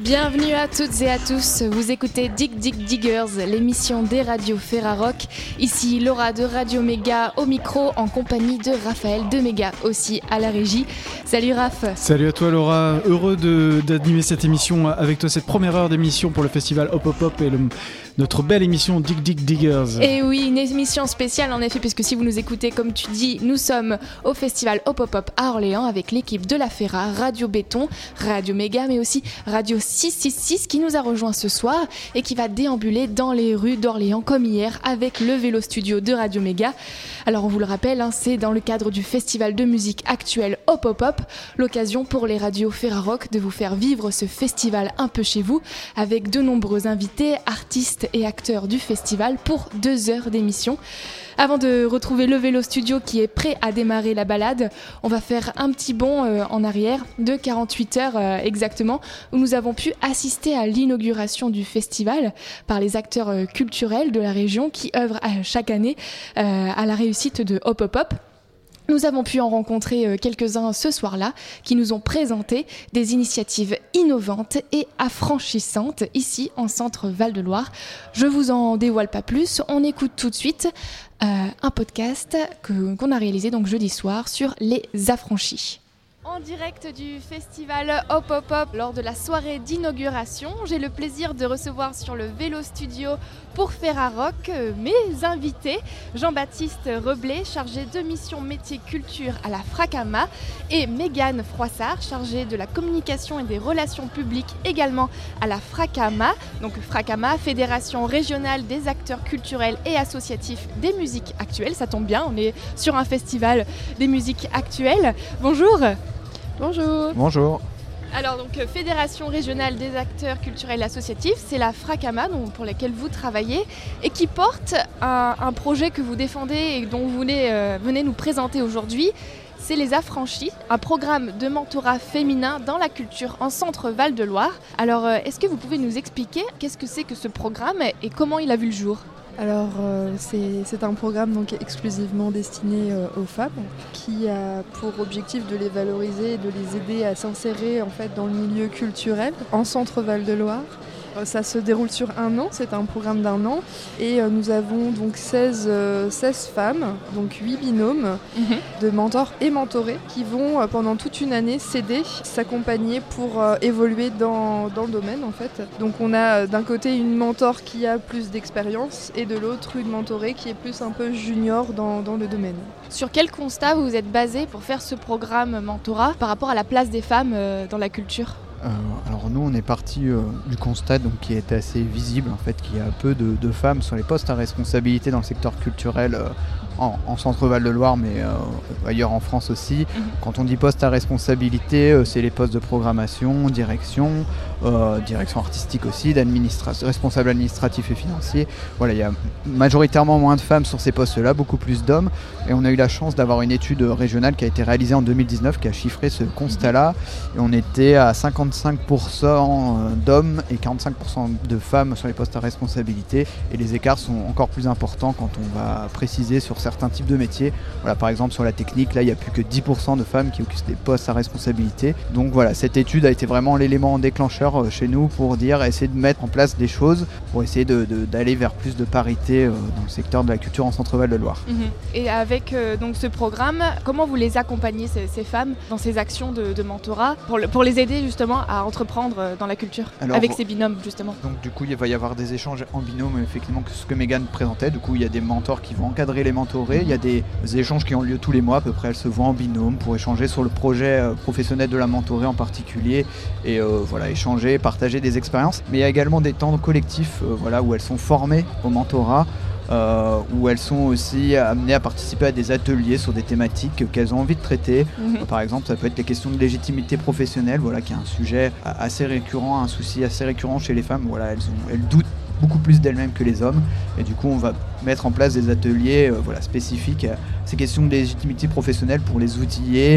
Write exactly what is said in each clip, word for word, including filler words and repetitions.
Bienvenue à toutes et à tous, vous écoutez Dig Dig Diggers, l'émission des radios Ferrarock. Ici Laura de Radio Méga au micro en compagnie de Raphaël de Méga aussi à la régie. Salut Raph. Salut à toi Laura, heureux de, d'animer cette émission avec toi, cette première heure d'émission pour le festival Hop Hop Hop et le, notre belle émission Dig Dig Diggers. Et oui, une émission spéciale en effet, puisque si vous nous écoutez comme tu dis, nous sommes au festival Hop Hop Hop à Orléans avec l'équipe de la Ferra, Radio Béton, Radio Méga mais aussi Radio six cent soixante-six qui nous a rejoint ce soir et qui va déambuler dans les rues d'Orléans comme hier avec le vélo studio de Radio Méga. Alors on vous le rappelle, hein, c'est dans le cadre du festival de musique actuel Hop Hop Hop, l'occasion pour les radios Ferrarock de vous faire vivre ce festival un peu chez vous avec de nombreux invités, artistes et acteurs du festival pour deux heures d'émission. Avant de retrouver le vélo studio qui est prêt à démarrer la balade, on va faire un petit bond euh, en arrière de quarante-huit heures euh, exactement, où nous avons pu assister à l'inauguration du festival par les acteurs euh, culturels de la région qui œuvrent euh, chaque année euh, à la réussite de Hop Hop Hop. Nous avons pu en rencontrer quelques-uns ce soir-là qui nous ont présenté des initiatives innovantes et affranchissantes ici en centre Val-de-Loire. Je vous en dévoile pas plus, on écoute tout de suite euh, un podcast que, qu'on a réalisé donc jeudi soir sur les affranchis. En direct du festival Hop Hop Hop, lors de la soirée d'inauguration, j'ai le plaisir de recevoir sur le vélo studio pour Ferrarock mes invités, Jean-Baptiste Reblé, chargé de mission métier culture à la Fracama, et Mégane Froissart, chargée de la communication et des relations publiques également à la Fracama. Donc Fracama, Fédération régionale des acteurs culturels et associatifs des musiques actuelles. Ça tombe bien, on est sur un festival des musiques actuelles. Bonjour. Bonjour. Bonjour. Alors donc Fédération régionale des acteurs culturels associatifs, c'est la Fracama donc, pour laquelle vous travaillez et qui porte un, un projet que vous défendez et dont vous venez, euh, venez nous présenter aujourd'hui. C'est les Affranchis, un programme de mentorat féminin dans la culture en centre Val-de-Loire. Alors euh, est-ce que vous pouvez nous expliquer qu'est-ce que c'est que ce programme et comment il a vu le jour ? Alors euh, c'est, c'est un programme donc exclusivement destiné euh, aux femmes qui a pour objectif de les valoriser et de les aider à s'insérer en fait dans le milieu culturel en centre Val-de-Loire. Euh, ça se déroule sur un an, c'est un programme d'un an et euh, nous avons donc seize, euh, seize femmes, donc huit binômes mm-hmm. de mentors et mentorés qui vont euh, pendant toute une année s'aider, s'accompagner pour euh, évoluer dans, dans le domaine en fait. Donc on a euh, d'un côté une mentor qui a plus d'expérience et de l'autre une mentorée qui est plus un peu junior dans, dans le domaine. Sur quel constat vous êtes basé pour faire ce programme mentorat par rapport à la place des femmes euh, dans la culture ? Euh, alors nous on est parti euh, du constat donc, qui était assez visible en fait, qu'il y a peu de, de femmes sur les postes à responsabilité dans le secteur culturel euh, en, en centre Val-de-Loire mais euh, ailleurs en France aussi. Mmh. Quand on dit poste à responsabilité, euh, c'est les postes de programmation, direction, euh, direction artistique aussi, d'administration, responsable administratif et financier. Voilà, il y a majoritairement moins de femmes sur ces postes-là, beaucoup plus d'hommes et on a eu la chance d'avoir une étude régionale qui a été réalisée en deux mille dix-neuf qui a chiffré ce constat-là et on était à cinquante-cinq pour cent d'hommes et quarante-cinq pour cent de femmes sur les postes à responsabilité et les écarts sont encore plus importants quand on va préciser sur certains types de métiers. Voilà, par exemple sur la technique, là il n'y a plus que dix pour cent de femmes qui occupent des postes à responsabilité. Donc voilà, cette étude a été vraiment l'élément déclencheur chez nous pour dire, essayer de mettre en place des choses pour essayer de, de, d'aller vers plus de parité dans le secteur de la culture en centre Val-de-Loire. Mmh. Et avec euh, donc ce programme, comment vous les accompagnez ces, ces femmes dans ces actions de, de mentorat pour, le, pour les aider justement à entreprendre dans la culture? Alors, avec ces binômes justement? Donc du coup il va y avoir des échanges en binôme, effectivement, que ce que Mégane présentait. Du coup il y a des mentors qui vont encadrer les mentorés, il y a des échanges qui ont lieu tous les mois à peu près, elles se voient en binôme pour échanger sur le projet professionnel de la mentorée en particulier et euh, voilà, échanger, partager des expériences. Mais il y a également des temps collectifs euh, voilà, où elles sont formées au mentorat. Euh, où elles sont aussi amenées à participer à des ateliers sur des thématiques qu'elles ont envie de traiter. Mmh. Euh, par exemple, ça peut être les questions de légitimité professionnelle, voilà, qui est un sujet assez récurrent, un souci assez récurrent chez les femmes. Voilà, elles, ont, elles doutent beaucoup plus d'elles-mêmes que les hommes. Et du coup, on va mettre en place des ateliers euh, voilà, spécifiques à ces questions de légitimité professionnelle pour les outiller,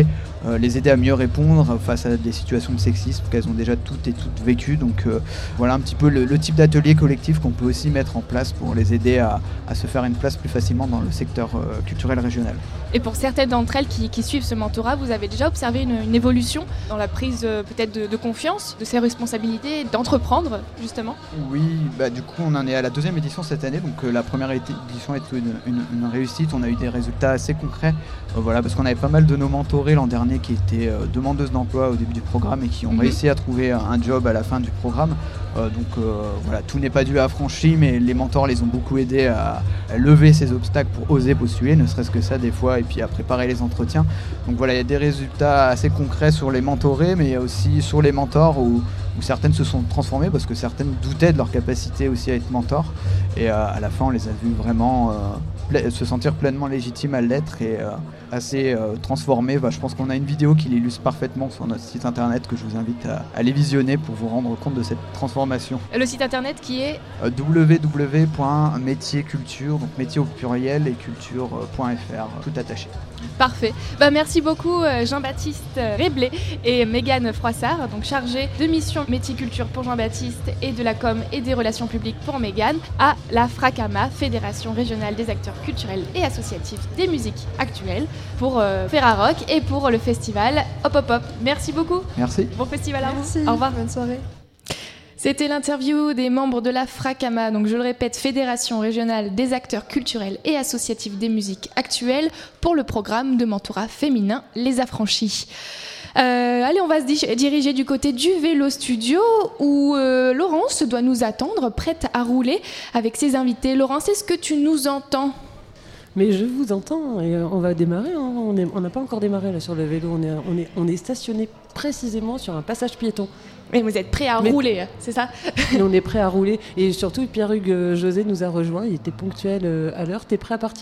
euh, les aider à mieux répondre face à des situations de sexisme qu'elles ont déjà toutes et toutes vécues. Donc euh, voilà un petit peu le, le type d'atelier collectif qu'on peut aussi mettre en place pour les aider à, à se faire une place plus facilement dans le secteur euh, culturel régional. Et pour certaines d'entre elles qui, qui suivent ce mentorat, vous avez déjà observé une, une évolution dans la prise euh, peut-être de, de confiance, de ses responsabilités, d'entreprendre justement? Oui, bah, du coup on en est à la deuxième édition cette année, donc euh, la première édition est une, une, une réussite, on a eu des résultats assez concrets, euh, voilà, parce qu'on avait pas mal de nos mentorés l'an dernier qui étaient euh, demandeuses d'emploi au début du programme et qui ont mmh. réussi à trouver un job à la fin du programme. Euh, donc euh, voilà, tout n'est pas dû à Affranchi, mais les mentors les ont beaucoup aidés à, à lever ces obstacles pour oser postuler, ne serait-ce que ça des fois, et puis à préparer les entretiens. Donc voilà, il y a des résultats assez concrets sur les mentorés, mais aussi sur les mentors où, où certaines se sont transformées parce que certaines doutaient de leur capacité aussi à être mentors. Et euh, à la fin, on les a vus vraiment euh, pla- se sentir pleinement légitimes à l'être et euh, assez euh, transformés. Bah, je pense qu'on a une vidéo qui l'illustre parfaitement sur notre site internet que je vous invite à, à aller visionner pour vous rendre compte de cette transformation. Le site internet qui est euh, w w w point métier culture, donc métier au pluriel et culture point f r, tout attaché. Parfait. Bah, merci beaucoup Jean-Baptiste Réblé et Mégane Froissart, donc chargée de mission métier culture pour Jean-Baptiste et de la com et des relations publiques pour Mégane à la FRACAMA, Fédération régionale des acteurs culturels et associatifs des musiques actuelles, pour euh, Ferrarock et pour le festival Hop Hop Hop. Merci beaucoup. Merci. Bon festival à Merci. vous. Au revoir. Bonne soirée. C'était l'interview des membres de la FRACAMA, donc je le répète, Fédération régionale des acteurs culturels et associatifs des musiques actuelles, pour le programme de mentorat féminin Les Affranchis. Euh, allez, on va se di- diriger du côté du Vélo Studio où euh, Laurence doit nous attendre, prête à rouler avec ses invités. Laurence, est-ce que tu nous entends ? Mais je vous entends et euh, on va démarrer. Hein. On est, on n'a pas encore démarré là sur le vélo. On est, on est, on est stationné précisément sur un passage piéton. Et vous êtes prêts à Mais... rouler, c'est ça ? Et on est prêts à rouler. Et surtout, Pierre-Hugues euh, José nous a rejoint. Il était ponctuel euh, à l'heure. T'es prêt à partir ?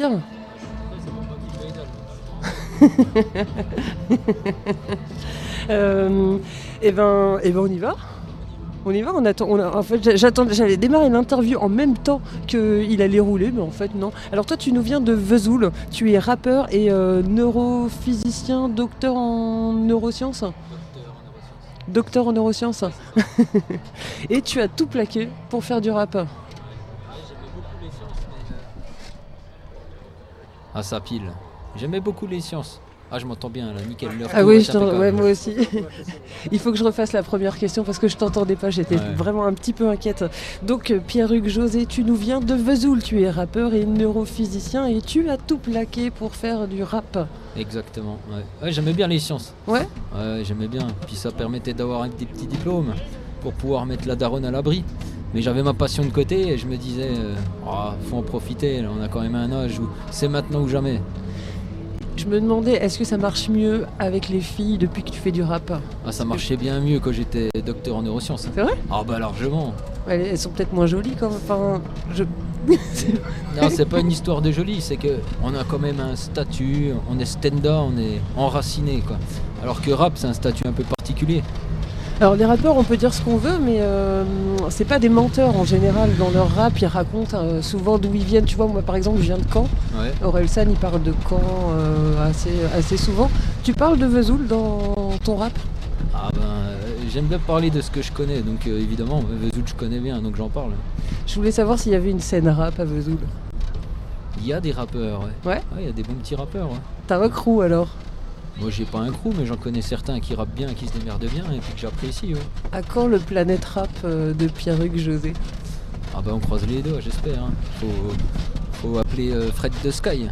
euh, et ben, et ben, on y va. On y va, on attend. On a, en fait, j'attends, j'allais démarrer l'interview en même temps qu'il allait rouler, mais en fait non. Alors toi, tu nous viens de Vesoul. Tu es rappeur et euh, neurophysicien, docteur en neurosciences. Docteur en neurosciences. Et tu as tout plaqué pour faire du rap. Ah, ça pile. J'aimais beaucoup les sciences. Ah, je m'entends bien là, nickel. L'heure ah oui, je ouais, moi aussi. Il faut que je refasse la première question parce que je t'entendais pas, j'étais ouais. vraiment un petit peu inquiète. Donc Pierre-Hugues José, tu nous viens de Vesoul, tu es rappeur et neurophysicien et tu as tout plaqué pour faire du rap. Exactement, ouais. Ouais, j'aimais bien les sciences. Ouais Ouais, j'aimais bien. Puis ça permettait d'avoir des petits diplômes pour pouvoir mettre la daronne à l'abri. Mais j'avais ma passion de côté et je me disais, euh, oh, faut en profiter, là, on a quand même un âge où c'est maintenant ou jamais. Je me demandais, est-ce que ça marche mieux avec les filles depuis que tu fais du rap ? Ah, ça marchait bien mieux quand j'étais docteur en neurosciences. C'est vrai ? Ah bah largement. Elles, elles sont peut-être moins jolies quand même. Enfin, je... Non, c'est pas une histoire de jolie, c'est que on a quand même un statut, on est stenda, on est enraciné quoi. Alors que rap, c'est un statut un peu particulier. Alors les rappeurs, on peut dire ce qu'on veut, mais euh, c'est pas des menteurs en général. Dans leur rap, ils racontent euh, souvent d'où ils viennent. Tu vois, moi par exemple, je viens de Caen. Ouais. Orelsan, il parle de Caen euh, assez, assez souvent. Tu parles de Vesoul dans ton rap ? Ah ben, euh, j'aime bien parler de ce que je connais, donc euh, évidemment, Vesoul je connais bien, donc j'en parle. Je voulais savoir s'il y avait une scène rap à Vesoul. Il y a des rappeurs, ouais. Ouais ? Ouais, il y a des bons petits rappeurs, ouais. T'as un crew alors ? Moi j'ai pas un crew, mais j'en connais certains qui rappent bien, qui se démerdent bien et puis que j'apprécie. Ouais. À quand le Planète Rap euh, de Pierre-Hugues José ? Ah bah on croise les doigts, j'espère. Hein. Faut, faut appeler euh, Fred de Sky.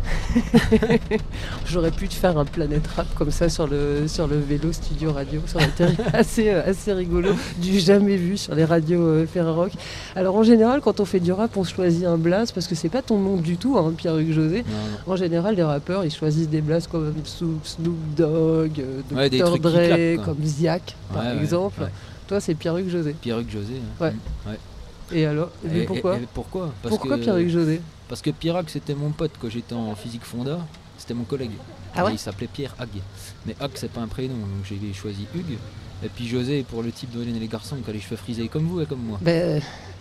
J'aurais pu te faire un Planète Rap comme ça sur le, sur le Vélo Studio Radio. Ça aurait été assez, assez rigolo, du jamais vu sur les radios euh, Ferrarock. Alors en général, quand on fait du rap, on choisit un blaze parce que c'est pas ton nom du tout, hein, Pierre-Hugues José. Non, non. En général, les rappeurs, ils choisissent des blazes comme Snoop Dogg, euh, ouais, docteur Dre, claquent, comme Ziak, par ouais, exemple. Ouais, ouais. Toi, c'est Pierre-Hugues José. Pierre-Hugues José. Ouais. ouais. Et alors et, et pourquoi et, et pourquoi Parce Pourquoi que, Pierre-Hugues José ? Parce que Pierre Hague, c'était mon pote quand j'étais en physique fonda. C'était mon collègue. Ah ouais ? Il s'appelait Pierre Hague. Mais Hague, c'est pas un prénom, donc j'ai choisi Hugues. Et puis José, pour le type de donner les garçons qui a les cheveux frisés comme vous et comme moi. Ben,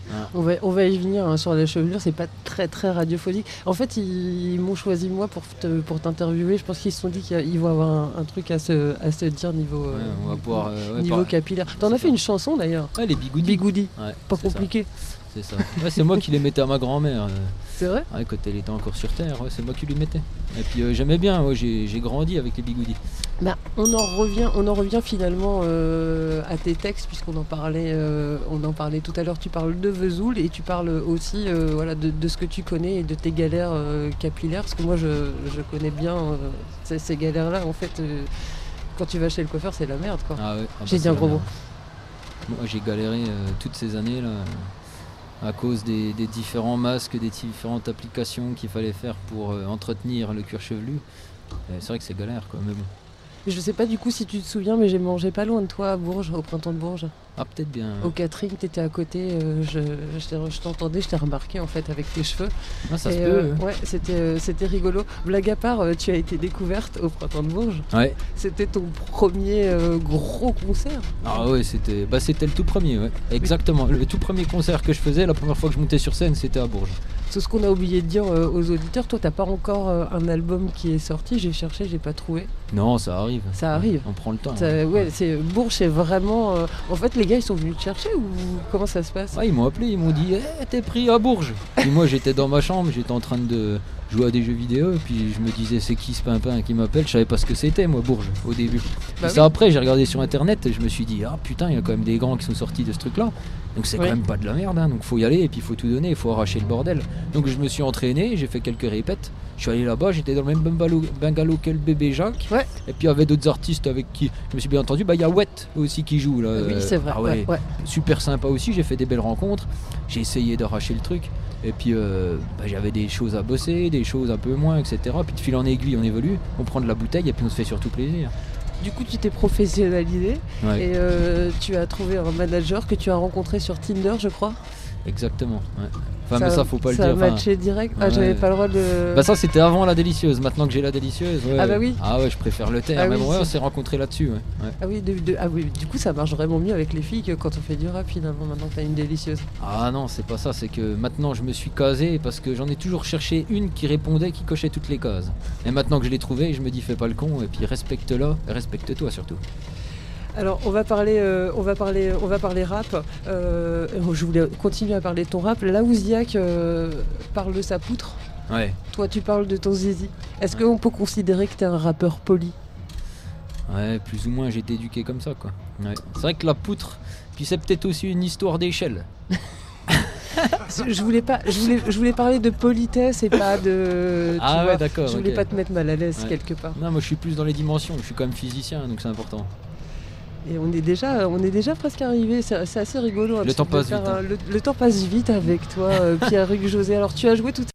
Ah. On va, on va y venir hein, sur la chevelure, c'est pas très très radiophonique. En fait, ils, ils m'ont choisi moi pour, te, pour t'interviewer. Je pense qu'ils se sont dit qu'ils vont avoir un, un truc à se, à se dire niveau, Ouais, euh, on va pouvoir, euh, ouais, niveau par- capillaire. T'en c'est as fait ça. une chanson d'ailleurs, Ouais, les bigoudis. Bigoudi. Ouais, Pas c'est ça, compliqué, c'est ça. Ouais, c'est moi qui les mettais à ma grand-mère. euh, c'est vrai. ouais, quand elle était encore sur Terre, ouais, c'est moi qui les mettais. Et puis euh, j'aimais bien, ouais, j'ai, j'ai grandi avec les bigoudis. Bah, on en revient, on en revient finalement euh, à tes textes puisqu'on en parlait, euh, on en parlait tout à l'heure. Tu parles de Vesoul et tu parles aussi, euh, voilà, de, de ce que tu connais et de tes galères euh, capillaires. Parce que moi, je, je connais bien euh, ces, ces galères-là. En fait, euh, quand tu vas chez le coiffeur, c'est la merde, quoi. Ah ouais, ah bah, J'ai dit c'est un la gros merde. mot. Moi j'ai galéré euh, toutes ces années là, euh, à cause des, des différents masques, des différentes applications qu'il fallait faire pour euh, entretenir le cuir chevelu. Et c'est vrai que c'est galère quoi, mais bon. Je sais pas du coup si tu te souviens, mais j'ai mangé pas loin de toi à Bourges, au printemps de Bourges. Ah peut-être bien. Au Catherine, t'étais à côté, euh, je, je, t'ai- je t'entendais, je t'ai remarqué en fait avec tes cheveux. Ah, ça Et, se euh, peut. ouais, c'était, euh, c'était rigolo. Blague à part, euh, tu as été découverte au printemps de Bourges. Ouais. C'était ton premier euh, gros concert. Ah ouais, c'était bah c'était le tout premier, ouais. Exactement. Le tout premier concert que je faisais, la première fois que je montais sur scène, c'était à Bourges. Tout ce qu'on a oublié de dire euh, aux auditeurs, toi t'as pas encore euh, un album qui est sorti, j'ai cherché, j'ai pas trouvé. Non, ça arrive. Ça arrive. On prend le temps. Ça- hein. ouais, c'est Bourges, c'est vraiment. euh, En fait, les gars, ils sont venus te chercher ou comment ça se passe? Ouais, ils m'ont appelé, ils m'ont dit eh, t'es pris à Bourges. Puis moi j'étais dans ma chambre, j'étais en train de jouer à des jeux vidéo, et puis je me disais c'est qui ce pimpin qui m'appelle, je savais pas ce que c'était moi Bourges au début. Bah et ça oui. après j'ai regardé sur internet et je me suis dit ah putain il y a quand même des grands qui sont sortis de ce truc là. Donc c'est Oui. quand même pas de la merde, hein. Donc faut y aller et puis il faut tout donner, il faut arracher le bordel. Donc je me suis entraîné, j'ai fait quelques répètes, je suis allé là-bas, j'étais dans le même bungalow, bungalow que le bébé Jacques. Ouais. Et puis il y avait d'autres artistes avec qui je me suis bien entendu, bah il y a Wet aussi qui joue là. Oui, Euh, c'est vrai. ah ouais, ouais. super sympa aussi, j'ai fait des belles rencontres, j'ai essayé d'arracher le truc, et puis euh, bah, j'avais des choses à bosser, des choses un peu moins, et cetera. Puis de fil en aiguille, on évolue, on prend de la bouteille et puis on se fait surtout plaisir. Du coup, tu t'es professionnalisé Ouais, et euh, tu as trouvé un manager que tu as rencontré sur Tinder, je crois. exactement. Ouais. Enfin, mais ça, faut pas le ça dire. a enfin, matché direct. Ah, ouais. j'avais pas le droit de. Bah, ça, c'était avant la délicieuse. Maintenant que j'ai la délicieuse, ouais. Ah bah oui. Ah ouais, je préfère le taire. Ah mais oui, bon, ouais, c'est- on s'est rencontrés là-dessus. Ouais. Ouais. Ah oui, de- de- ah oui, du coup, ça marche vraiment mieux avec les filles que quand on fait du rap finalement. Maintenant que t'as une délicieuse. Ah non, c'est pas ça, c'est que maintenant je me suis casé parce que j'en ai toujours cherché une qui répondait, qui cochait toutes les cases. Et maintenant que je l'ai trouvée, je me dis fais pas le con et puis respecte-la et respecte-toi surtout. Alors, on va parler, euh, on va parler, on va parler rap. Euh, je voulais continuer à parler de ton rap. Là où Ziak euh, parle de sa poutre, Ouais. toi, tu parles de ton zizi. Est-ce Ouais. qu'on peut considérer que t'es un rappeur poli? Ouais, plus ou moins j'ai été éduqué comme ça quoi. Ouais. C'est vrai que la poutre, puis c'est peut-être aussi une histoire d'échelle. Je voulais pas, je voulais, je voulais parler de politesse et pas de. tu Ah ouais, vois, d'accord, Je voulais ok. pas te mettre mal à l'aise Ouais. quelque part. Non, moi je suis plus dans les dimensions, je suis quand même physicien donc c'est important. Et on est déjà, on est déjà presque arrivé. C'est c'est assez rigolo. hein, Le de- temps de passe faire vite, un- hein. le, le temps passe vite avec toi, euh, Pierre-Hugues José. Alors, tu as joué tout.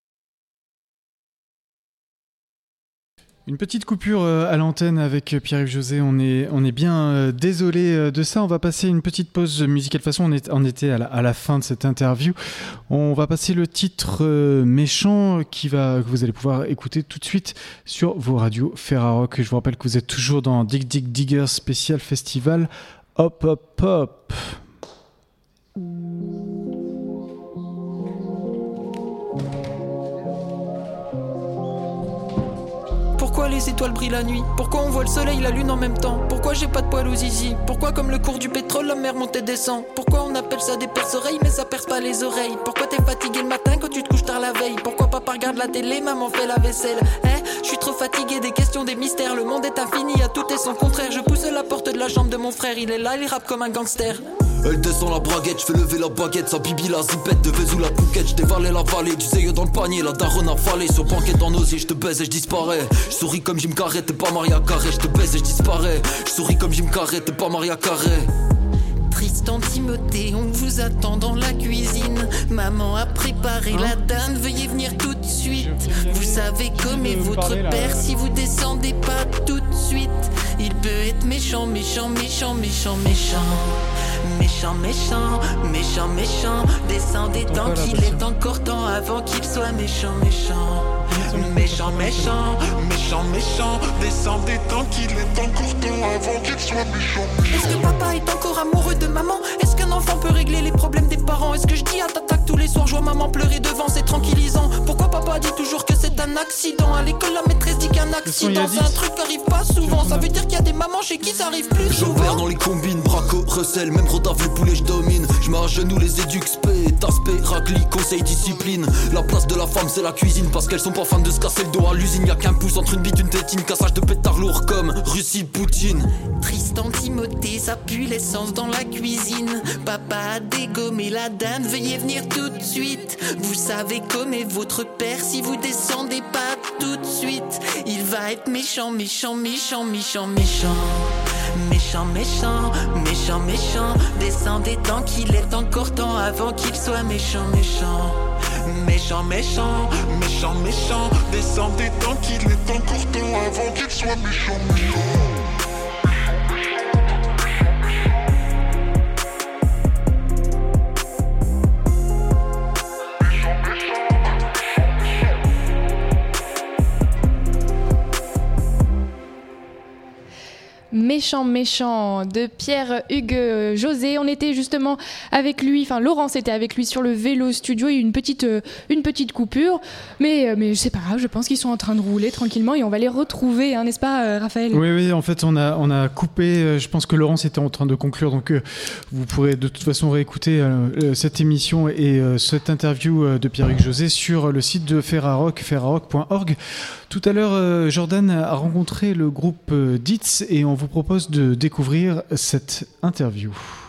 Une petite coupure euh, à l'antenne avec euh, Pierre-Yves José, on est, on est bien euh, désolé euh, de ça. On va passer une petite pause musicale. De toute façon, on, est, on était à la, à la fin de cette interview. On va passer le titre euh, méchant qui va, que vous allez pouvoir écouter tout de suite sur vos radios Ferrarock. Je vous rappelle que vous êtes toujours dans Dig Dig Diggers spécial festival Hop Hop Hop. Pourquoi les étoiles brillent la nuit? Pourquoi on voit le soleil et la lune en même temps? Pourquoi j'ai pas de poils aux zizi? Pourquoi comme le cours du pétrole la mer monte et descend? Pourquoi on appelle ça des perce-oreilles mais ça perce pas les oreilles? Pourquoi t'es fatigué le matin quand tu te couches tard la veille? Pourquoi papa regarde la télé, maman fait la vaisselle? Hein? Je suis trop fatigué des questions, des mystères. Le monde est infini, à tout et son contraire. Je pousse la porte de la chambre de mon frère, il est là, il rappe comme un gangster. Elle descend la braguette, je fais lever la baguette, sa bibi la zipette, de Vesoul la Phuket, je dévalais la vallée, du zéyo dans le panier, la daronne a falé, sur banquette en osier, je te baise et je disparais. Je souris comme Jim Carrey, t'es pas Maria Carré, je te baise et je disparais. Je souris comme Jim Carrey, t'es pas Maria Carré. Tristan Timothée, on vous attend dans la cuisine. Maman a préparé la dinde, veuillez venir tout de suite. Vous savez commet votre père si vous descendez pas tout de suite. Il peut être méchant, méchant, méchant, méchant, méchant. Méchant, méchant, méchant, méchant. Descendez tant qu'il est encore temps avant qu'il soit méchant, méchant. Méchant, méchant, méchant, méchant. Descendez tant qu'il est encore temps avant qu'il soit méchant. Est-ce que papa est encore amoureux de maman? Est-ce qu'un enfant peut régler les problèmes des parents? maman. Est-ce que je dis à t'attaque tous les soirs? Je vois maman pleurer devant, c'est tranquillisant. Pourquoi papa dit toujours que c'est un accident? À l'école la maîtresse dit qu'un accident c'est un truc qui arrive pas souvent. Ça veut dire qu'il y a des mamans chez qui ça arrive plus souvent. J'opère dans les combines, braco, recel, même rodave le poulet je domine. Je mets à genoux les éduxp, taspé, racli, conseil, discipline. La place de la femme c'est la cuisine, parce qu'elles sont pas fans de se casser le dos à l'usine. Y'a qu'un pouce entre une bite, une tétine, cassage de pétard lourd comme Russie, Poutine. Tristan, Timothée, ça pue l'essence dans la cuisine. Papa a dégommé la dinde, veuillez venir tout de suite. Vous savez commet votre père si vous descendez pas tout de suite. Il va être méchant, méchant, méchant, méchant, méchant. Méchant, méchant, méchant, méchant. Descendez tant qu'il est encore temps avant qu'il soit méchant, méchant. Méchant, méchant, méchant, méchant. Descendez tant qu'il est encore temps avant qu'il soit méchant, méchant. Méchant, méchant de Pierre-Hugues José. On était justement avec lui, enfin Laurence était avec lui sur le Vélo Studio. Il y a eu une petite, euh, une petite coupure, mais, mais c'est pas grave, je pense qu'ils sont en train de rouler tranquillement et on va les retrouver, hein, n'est-ce pas euh, Raphaël? Oui, oui, en fait on a, on a coupé, euh, je pense que Laurence était en train de conclure, donc euh, vous pourrez de toute façon réécouter euh, euh, cette émission et euh, cette interview euh, de Pierre-Hugues José sur le site de Ferrarock, ferrarock point org. Tout à l'heure, euh, Jordan a rencontré le groupe euh, Ditz et on vous propose de découvrir cette interview.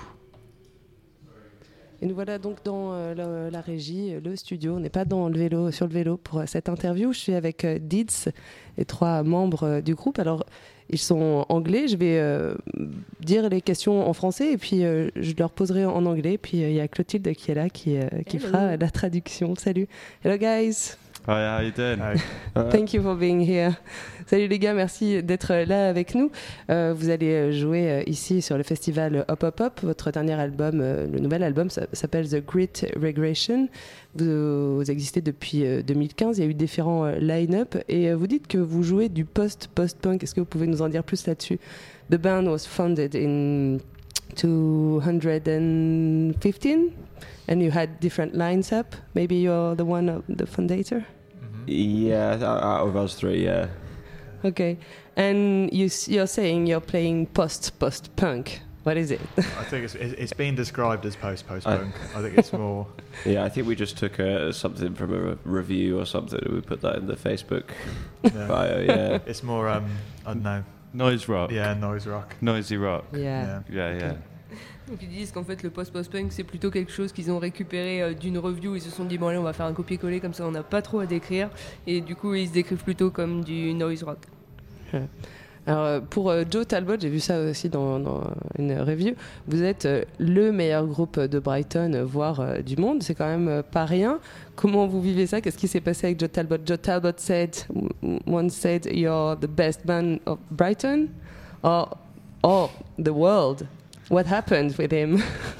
Et nous voilà donc dans euh, la, la régie, le studio. On n'est pas dans le vélo, sur le vélo pour euh, cette interview. Je suis avec euh, Ditz, les trois membres euh, du groupe. Alors, ils sont anglais. Je vais euh, dire les questions en français et puis euh, je leur poserai en anglais. Puis il euh, y a Clotilde qui est là, qui, euh, qui fera la traduction. Salut. Hello guys. Hi, how you doing? Hi. Thank you for being here. Salut les gars, merci d'être là avec nous. Euh, vous allez jouer ici sur le festival Hop Hop Hop. Votre dernier album, euh, le nouvel album, ça, s'appelle The Great Regression. Vous, vous existez depuis euh, deux mille quinze. Il y a eu différents euh, line-up et euh, vous dites que vous jouez du post-post-punk. Est-ce que vous pouvez nous en dire plus là-dessus? The band was founded in two thousand fifteen. And you had different lines up. Maybe you're the one of the fundator? Yeah, out of us three, yeah. Okay. And you, you're saying you're playing post-post-punk. What is it? I think it's, it's been described as post-post-punk. I, I think it's more... Yeah, I think we just took a, something from a re- review or something and we put that in the Facebook yeah. bio, yeah. It's more, um, I don't know... Noise rock. Yeah, noise rock. Noisy rock. Yeah. Yeah, yeah. yeah. Okay. Donc ils disent qu'en fait le post-post-punk c'est plutôt quelque chose qu'ils ont récupéré euh, d'une review. Ils se sont dit bon allez on va faire un copier-coller comme ça on n'a pas trop à décrire. Et du coup ils se décrivent plutôt comme du noise rock. Ouais. Alors pour euh, Joe Talbot, j'ai vu ça aussi dans, dans une review, vous êtes euh, le meilleur groupe de Brighton, voire euh, du monde, c'est quand même euh, pas rien. Comment vous vivez ça? Qu'est-ce qui s'est passé avec Joe Talbot? Joe Talbot said, once said you're the best band of Brighton or, or the world. What happened with him?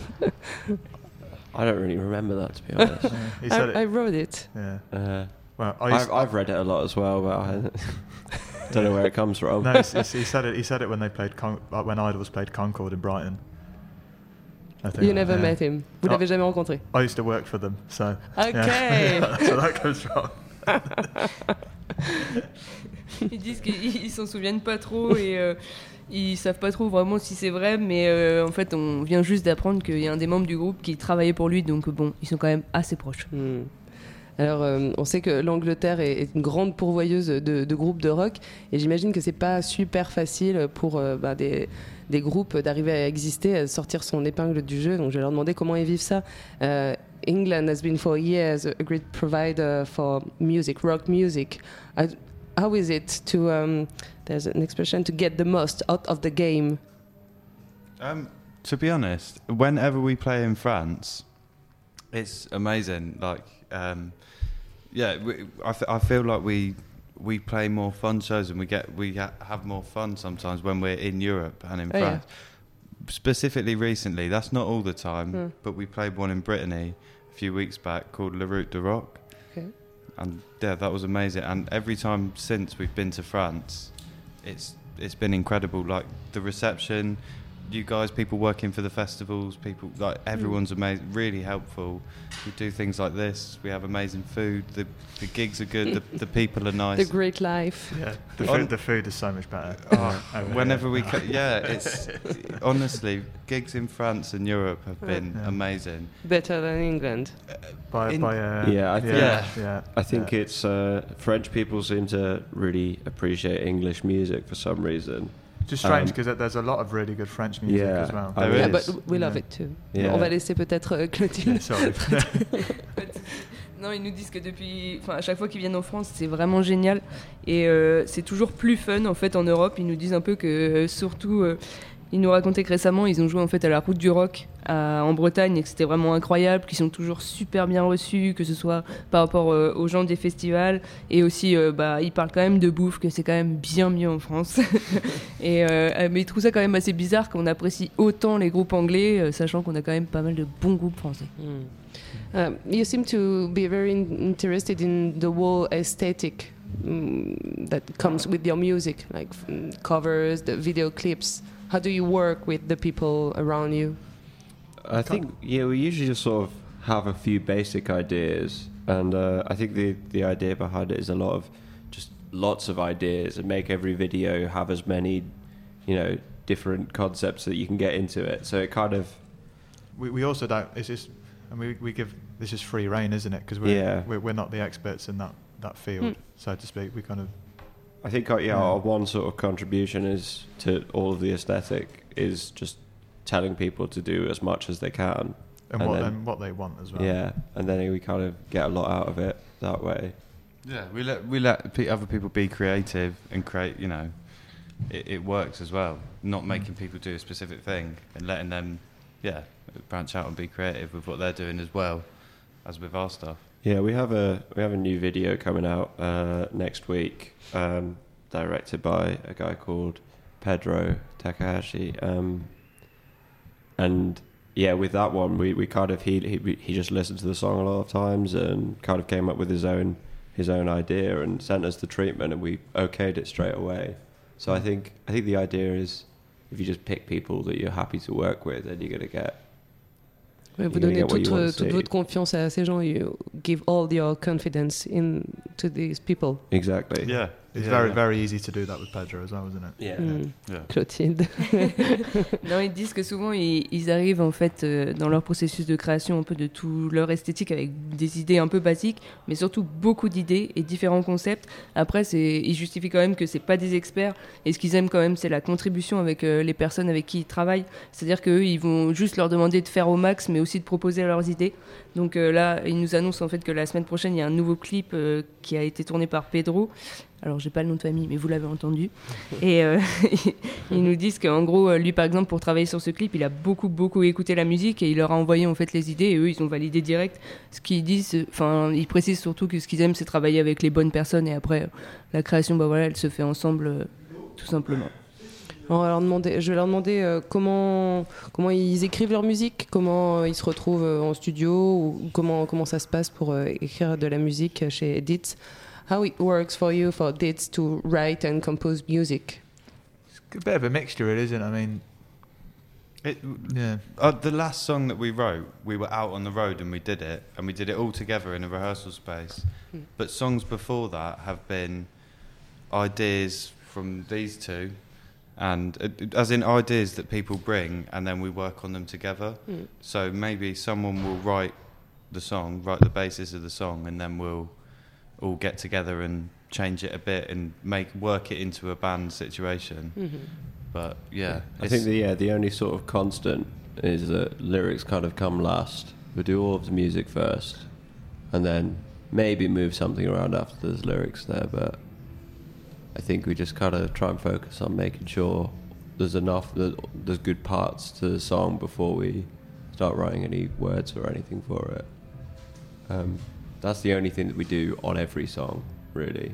I don't really remember that, to be honest. Yeah, he said I, it. I wrote it. Yeah. Uh, well, I I've, I've read it a lot as well, but I don't know where it comes from. No, he said it. He said it when they played Con- like when Idols played Concord in Brighton. I think. You never yeah. met him. Vous l'avez jamais rencontré. I used to work for them, so. Okay. Yeah. So that goes from. Ils disent qu'ils s'en souviennent pas trop et euh, ils savent pas trop vraiment si c'est vrai, mais euh, en fait on vient juste d'apprendre qu'il y a un des membres du groupe qui travaillait pour lui, donc bon, ils sont quand même assez proches. Hmm. Alors, euh, on sait que l'Angleterre est, est une grande pourvoyeuse de, de groupes de rock, et j'imagine que c'est pas super facile pour euh, bah, des, des groupes d'arriver à exister, à sortir son épingle du jeu. Donc, je vais leur demander comment ils vivent ça. Uh, England has been for years a great provider for music, rock music. Uh, how is it to, um, there's an expression, to get the most out of the game? Um, to be honest, whenever we play in France, it's amazing. Like, um, yeah, we, I, th- I feel like we we play more fun shows and we get we ha- have more fun sometimes when we're in Europe and in oh, France. Yeah. Specifically recently, that's not all the time, mm. but we played one in Brittany a few weeks back called La Route de Rock. Okay. And yeah, that was amazing. And every time since we've been to France, it's it's been incredible. Like the reception, you guys, people working for the festivals, people like everyone's amazing, really helpful. We do things like this. We have amazing food. The the gigs are good. The, the people are nice. The great life. Yeah, the food, the food is so much better. Oh, over whenever here. we, co- yeah, it's honestly gigs in France and Europe have been Yeah. amazing. Better than England. by, in- by uh, Yeah, I think- yeah, yeah, I think yeah. it's uh, French people seem to really appreciate English music for some reason. Just strange Um, because there's a lot of really good French music yeah, as well. I There mean, Yeah, is. but we love Yeah. it too. Yeah. On va laisser peut-être euh, Clotilde. Yeah, sorry. Non, ils nous disent que depuis, enfin, à chaque fois qu'ils viennent en France, c'est vraiment génial et euh, c'est toujours plus fun en fait en Europe. Ils nous disent un peu que euh, surtout, euh, ils nous racontaient que récemment, ils ont joué en fait à la Route du Rock à- en Bretagne et que c'était vraiment incroyable, qu'ils sont toujours super bien reçus, que ce soit par rapport euh, aux gens des festivals et aussi, euh, bah, ils parlent quand même de bouffe, que c'est quand même bien mieux en France. et euh, mais ils trouvent ça quand même assez bizarre qu'on apprécie autant les groupes anglais, euh, sachant qu'on a quand même pas mal de bons groupes français. Mm. Um, you seem to be very in- interested in the whole aesthetic mm, that comes with your music, like mm, covers, the video clips. How do you work with the people around you? I think yeah, we usually just sort of have a few basic ideas, and uh, I think the the idea behind it is a lot of just lots of ideas, and make every video have as many, you know, different concepts that you can get into it. So it kind of we, we also don't. It's just, and we we give this is free reign, isn't it? Because we're, Yeah. we're we're not the experts in that that field, Hmm. so to speak. We kind of I think uh, yeah, Yeah. our one sort of contribution is to all of the aesthetic is just telling people to do as much as they can. and, And what then- and what they want as well. Yeah, and then we kind of get a lot out of it that way. Yeah, we let we let pe- other people be creative and create. You know, it, it works as well. Not making people do a specific thing and letting them, yeah, branch out and be creative with what they're doing as well as with our stuff. Yeah, we have a we have a new video coming out uh, next week, um, directed by a guy called Pedro Takahashi, um, and yeah, with that one, we, we kind of he, he he just listened to the song a lot of times and kind of came up with his own his own idea and sent us the treatment, and we okayed it straight away. So I think I think the idea is if you just pick people that you're happy to work with, then you're gonna get. Ouais, vous You're gonna donnez get what toute, you want euh, to toute see. votre confiance à ces gens. You give all your confidence in to these people. Exactly. Yeah, it's Yeah, very yeah. very easy to do that with Pedro as well, isn't it? Yeah. Mm. Yeah. Clotilde. Non, ils disent que souvent ils, ils arrivent en fait euh, dans leur processus de création un peu de tout leur esthétique avec des idées un peu basiques, mais surtout beaucoup d'idées et différents concepts. Après, c'est, ils justifient quand même que c'est pas des experts et ce qu'ils aiment quand même, c'est la contribution avec euh, les personnes avec qui ils travaillent. C'est-à-dire qu'eux, ils vont juste leur demander de faire au max, mais aussi de proposer leurs idées. Donc euh, là, ils nous annoncent en fait que la semaine prochaine, il y a un nouveau clip euh, qui a été tourné par Pedro. Alors, j'ai pas le nom de famille, mais vous l'avez entendu. Et euh, ils nous disent qu'en gros, euh, lui, par exemple, pour travailler sur ce clip, il a beaucoup, beaucoup écouté la musique et il leur a envoyé en fait les idées et eux, ils ont validé direct. Ce qu'ils disent, enfin, ils précisent surtout que ce qu'ils aiment, c'est travailler avec les bonnes personnes et après, euh, la création, bah voilà, elle se fait ensemble, euh, tout simplement. On va leur demander, je vais leur demander euh, comment, comment ils écrivent leur musique, comment euh, ils se retrouvent euh, en studio, ou comment, comment ça se passe pour euh, écrire de la musique chez Ditz. How it works for you, for Ditz, to write and compose music. It's a bit of a mixture, really, isn't it? I mean, It, yeah. Uh, the last song that we wrote, we were out on the road and we did it, and we did it all together in a rehearsal space. Hmm. But songs before that have been ideas from these two, and uh, as in ideas that people bring, and then we work on them together. Mm. So maybe someone will write the song, write the basis of the song, and then we'll all get together and change it a bit and make work it into a band situation. Mm-hmm. But yeah, I it's- think the yeah the only sort of constant is that lyrics kind of come last. We do all of the music first, and then maybe move something around after there's lyrics there. But I think we just kind of try and focus on making sure there's enough that there's good parts to the song before we start writing any words or anything for it. Um, that's the only thing that we do on every song, really.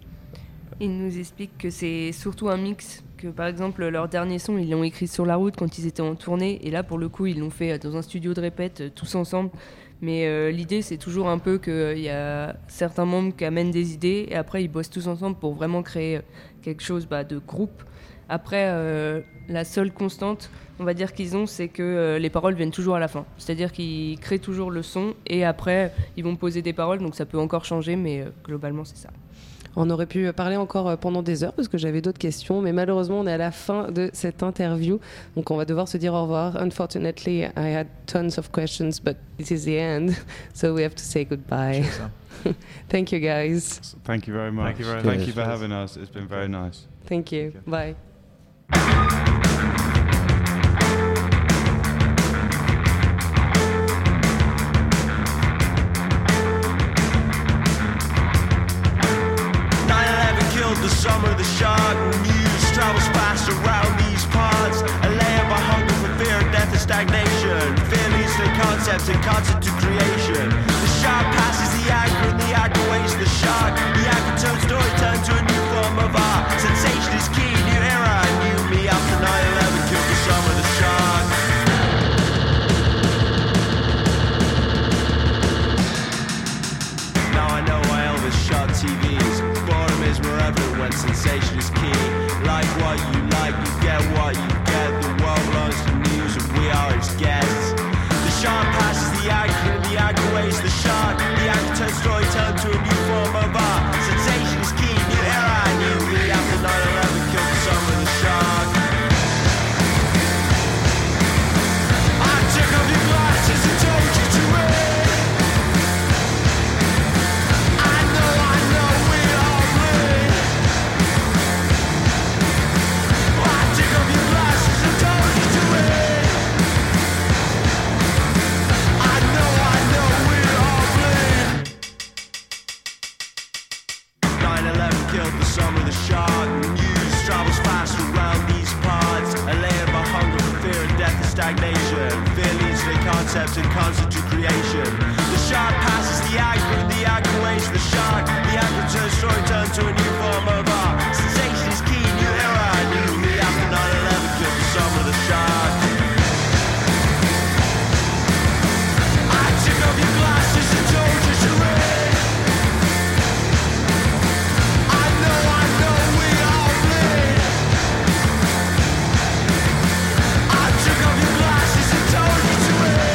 Ils nous expliquent que c'est surtout un mix, que par exemple leur dernier son ils l'ont écrit sur la route quand ils étaient en tournée et là pour le coup ils l'ont fait dans un studio de répète euh, tous ensemble, mais euh, l'idée c'est toujours un peu qu'il y a certains membres qui amènent des idées et après ils bossent tous ensemble pour vraiment créer quelque chose bah, de groupe Après, euh, la seule constante, on va dire qu'ils ont, c'est que euh, les paroles viennent toujours à la fin. C'est-à-dire qu'ils créent toujours le son et après, ils vont poser des paroles, donc ça peut encore changer, mais euh, globalement, c'est ça. On aurait pu parler encore pendant des heures parce que j'avais d'autres questions, mais malheureusement, on est à la fin de cette interview. Donc, on va devoir se dire au revoir. Unfortunately, I had tons of questions, but this is the end. So we have to say goodbye. Thank you, guys. Thank you very much. Thank you very Thank much. you for having us. It's been very nice. Thank you. Bye. The summer, the shark news travels fast around these parts. A layer by hunger for fear, death and stagnation. Fear leads to concepts and concept to creation. The shark passes the anchor and the anchor weighs the shark. The anchor turns story turn to a new form of art. Sensation is key, new era, new me after nine eleven killed the summer, the shark. Now I know why Elvis shot T Vs. Boredom is more evident when sensation is key. Like what you like, you get what you get. The world learns the news and we are its guests. The shark passes the anchor and the anchor weighs the shark. The anchor turns story turn to a new form of art. Sensation is key, new era, new me after nine eleven killed the summer, the shark. I took off your glasses and told you to wait. Concepts and concept to creation. The shark passes the anchor and the anchor weighs the shark. The anchor turns story turn to a new form of art. Sensation is key, new era, new me after nine eleven killed the summer, the shark. I took off your glasses and told you to read. I know, I know we all bleed. I took off your glasses and told you to read.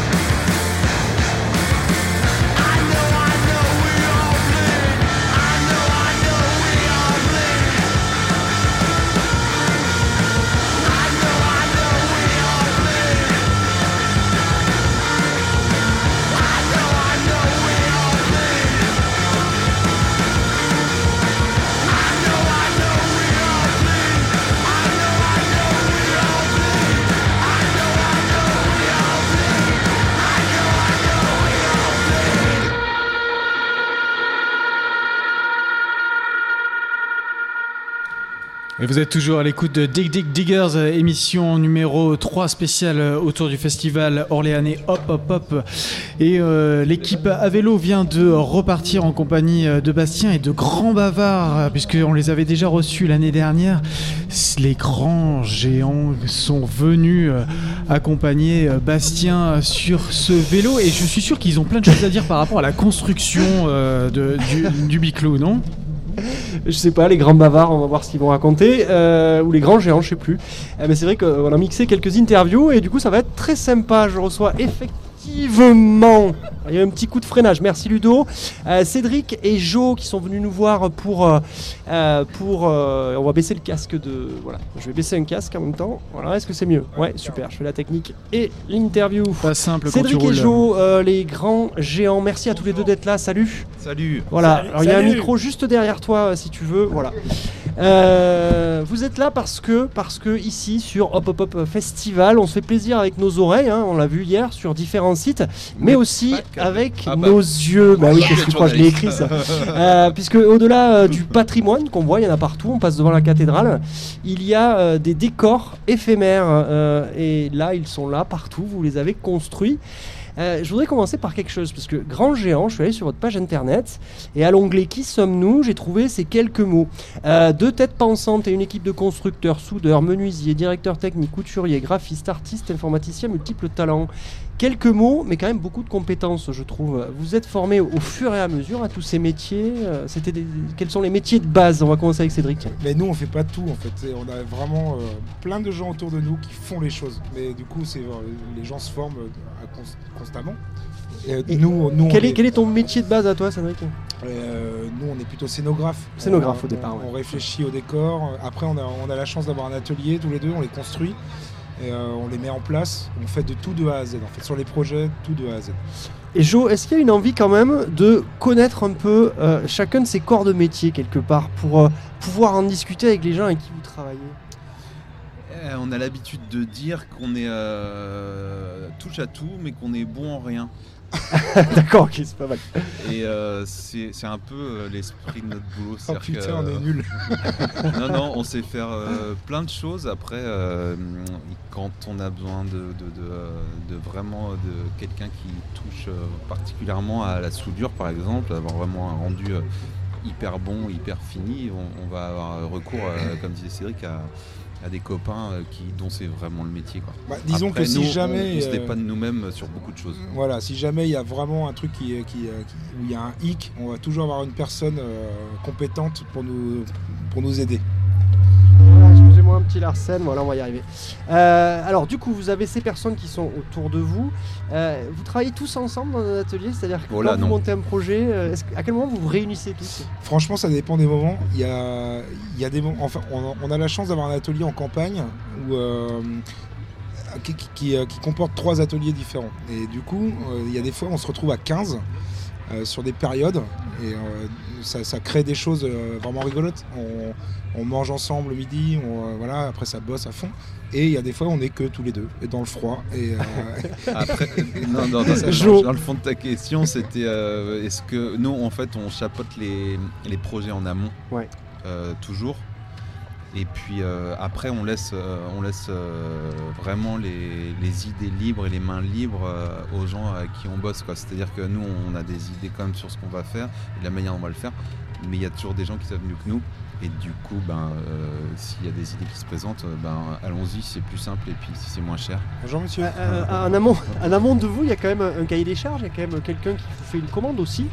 Et vous êtes toujours à l'écoute de Dig Dig Diggers, émission numéro trois spéciale autour du festival orléanais Hop Hop Hop. Et euh, l'équipe à vélo vient de repartir en compagnie de Bastien et de grands bavards, puisqu'on les avait déjà reçus l'année dernière. Les grands géants sont venus accompagner Bastien sur ce vélo et je suis sûr qu'ils ont plein de choses à dire par rapport à la construction euh, de, du, du Biclou, non ? Je sais pas, les grands bavards, on va voir ce qu'ils vont raconter, euh, ou les grands géants, je sais plus. Euh, mais c'est vrai qu'on a mixé quelques interviews et du coup ça va être très sympa. Je reçois effectivement, il y a un petit coup de freinage, merci Ludo, euh, Cédric et Jo qui sont venus nous voir pour, euh, pour euh, on va baisser le casque de, voilà, je vais baisser un casque en même temps, voilà, est-ce que c'est mieux ? Ouais, super, je fais la technique et l'interview. Pas simple quand Cédric tu et roules. Jo, euh, les grands géants, merci à tous les deux d'être là, salut. Salut. Voilà, Salut. alors il y a un Salut. micro juste derrière toi euh, si tu veux, voilà. Euh, vous êtes là parce que, parce que ici sur Hop Hop Hop Festival, on se fait plaisir avec nos oreilles, hein, on l'a vu hier sur différents sites, mais aussi avec Ah bah. nos yeux. Bah oui, Ah, qu'est-ce que tu crois, je l'ai écrit ça. Euh, puisque au-delà euh, du patrimoine qu'on voit, il y en a partout, on passe devant la cathédrale, il y a euh, des décors éphémères euh, et là ils sont là partout, vous les avez construits. Euh, je voudrais commencer par quelque chose, parce que Grand Géant, je suis allé sur votre page internet, et à l'onglet Qui sommes-nous, j'ai trouvé ces quelques mots. Euh, deux têtes pensantes et une équipe de constructeurs, soudeurs, menuisiers, directeurs techniques, couturiers, graphistes, artistes, informaticiens, multiples talents. Quelques mots, mais quand même beaucoup de compétences, je trouve. Vous êtes formé au fur et à mesure à tous ces métiers. euh, C'était des- Quels sont les métiers de base? On va commencer avec Cédric. tiens. Mais nous, on fait pas tout en fait. Et on a vraiment euh, plein de gens autour de nous qui font les choses. Mais du coup, c'est euh, les gens se forment euh, à cons- constamment. Et, euh, Et nous, nous, quel, on est, quel est ton métier de base à toi, Cédric? Euh, nous, on est plutôt scénographe. Scénographe on, au départ, On, ouais. on réfléchit au décor. Après, on a, on a la chance d'avoir un atelier tous les deux. On les construit. Et euh, on les met en place. On fait de tout de A à Z. En fait, sur les projets, tout de A à Z. Et Jo, est-ce qu'il y a une envie quand même de connaître un peu euh, chacun de ses corps de métier quelque part pour euh, pouvoir en discuter avec les gens avec qui vous travaillez? Euh, on a l'habitude de dire qu'on est euh, touche à tout, mais qu'on est bon en rien. D'accord, ok, c'est pas mal. Et euh, c'est c'est un peu euh, l'esprit de notre boulot. Oh c'est-à-dire putain, que, on est nuls. non, non, on sait faire euh, plein de choses. Après, euh, quand on a besoin de, de, de, euh, de vraiment de quelqu'un qui touche euh, particulièrement à la soudure, par exemple, avoir vraiment un rendu euh, hyper bon, hyper fini, on, on va avoir recours, euh, comme disait Cédric, à à des copains euh, qui, dont c'est vraiment le métier. Quoi. Bah, disons Après, que si nous, jamais, on, on se euh, dépanne nous-mêmes sur beaucoup de choses. Voilà, si jamais il y a vraiment un truc qui, qui, euh, qui- où il y a un hic, on va toujours avoir une personne euh, compétente pour nous, pour nous aider. Voilà, excusez-moi un petit Larsen, voilà, on va y arriver. Euh, alors du coup, vous avez ces personnes qui sont autour de vous. Euh, vous travaillez tous ensemble dans un atelier, c'est-à-dire que Oh là, quand vous non. montez un projet, euh, est-ce que- à quel moment vous vous réunissez tous? Franchement, ça dépend des moments. Il y a, il y a des moments. Enfin, on, on a la chance d'avoir un atelier en campagne où, euh, qui, qui- qui, euh, qui comporte trois ateliers différents. Et du coup, euh, il y a des fois, on se retrouve à quinze euh, sur des périodes. Et euh, ça, ça crée des choses euh, vraiment rigolotes. On, on mange ensemble le midi, on, euh, voilà, après ça bosse à fond. Et il y a des fois, on n'est que tous les deux, et dans le froid. Et, euh, Après, non, non, dans, Jo. dans le fond de ta question, c'était euh, est-ce que nous, en fait, on chapeaute les, les projets en amont, Ouais. euh, toujours. Et puis euh, après, on laisse, euh, on laisse euh, vraiment les, les idées libres et les mains libres euh, aux gens avec qui on bosse, quoi. C'est-à-dire que nous, on a des idées quand même sur ce qu'on va faire et de la manière dont on va le faire. Mais il y a toujours des gens qui savent mieux que nous. Et du coup, ben, euh, s'il y a des idées qui se présentent, euh, ben, allons-y, c'est plus simple et puis si c'est moins cher. Bonjour monsieur. Euh, en, amont, en amont de vous, il y a quand même un, un cahier des charges, il y a quand même quelqu'un qui vous fait une commande aussi.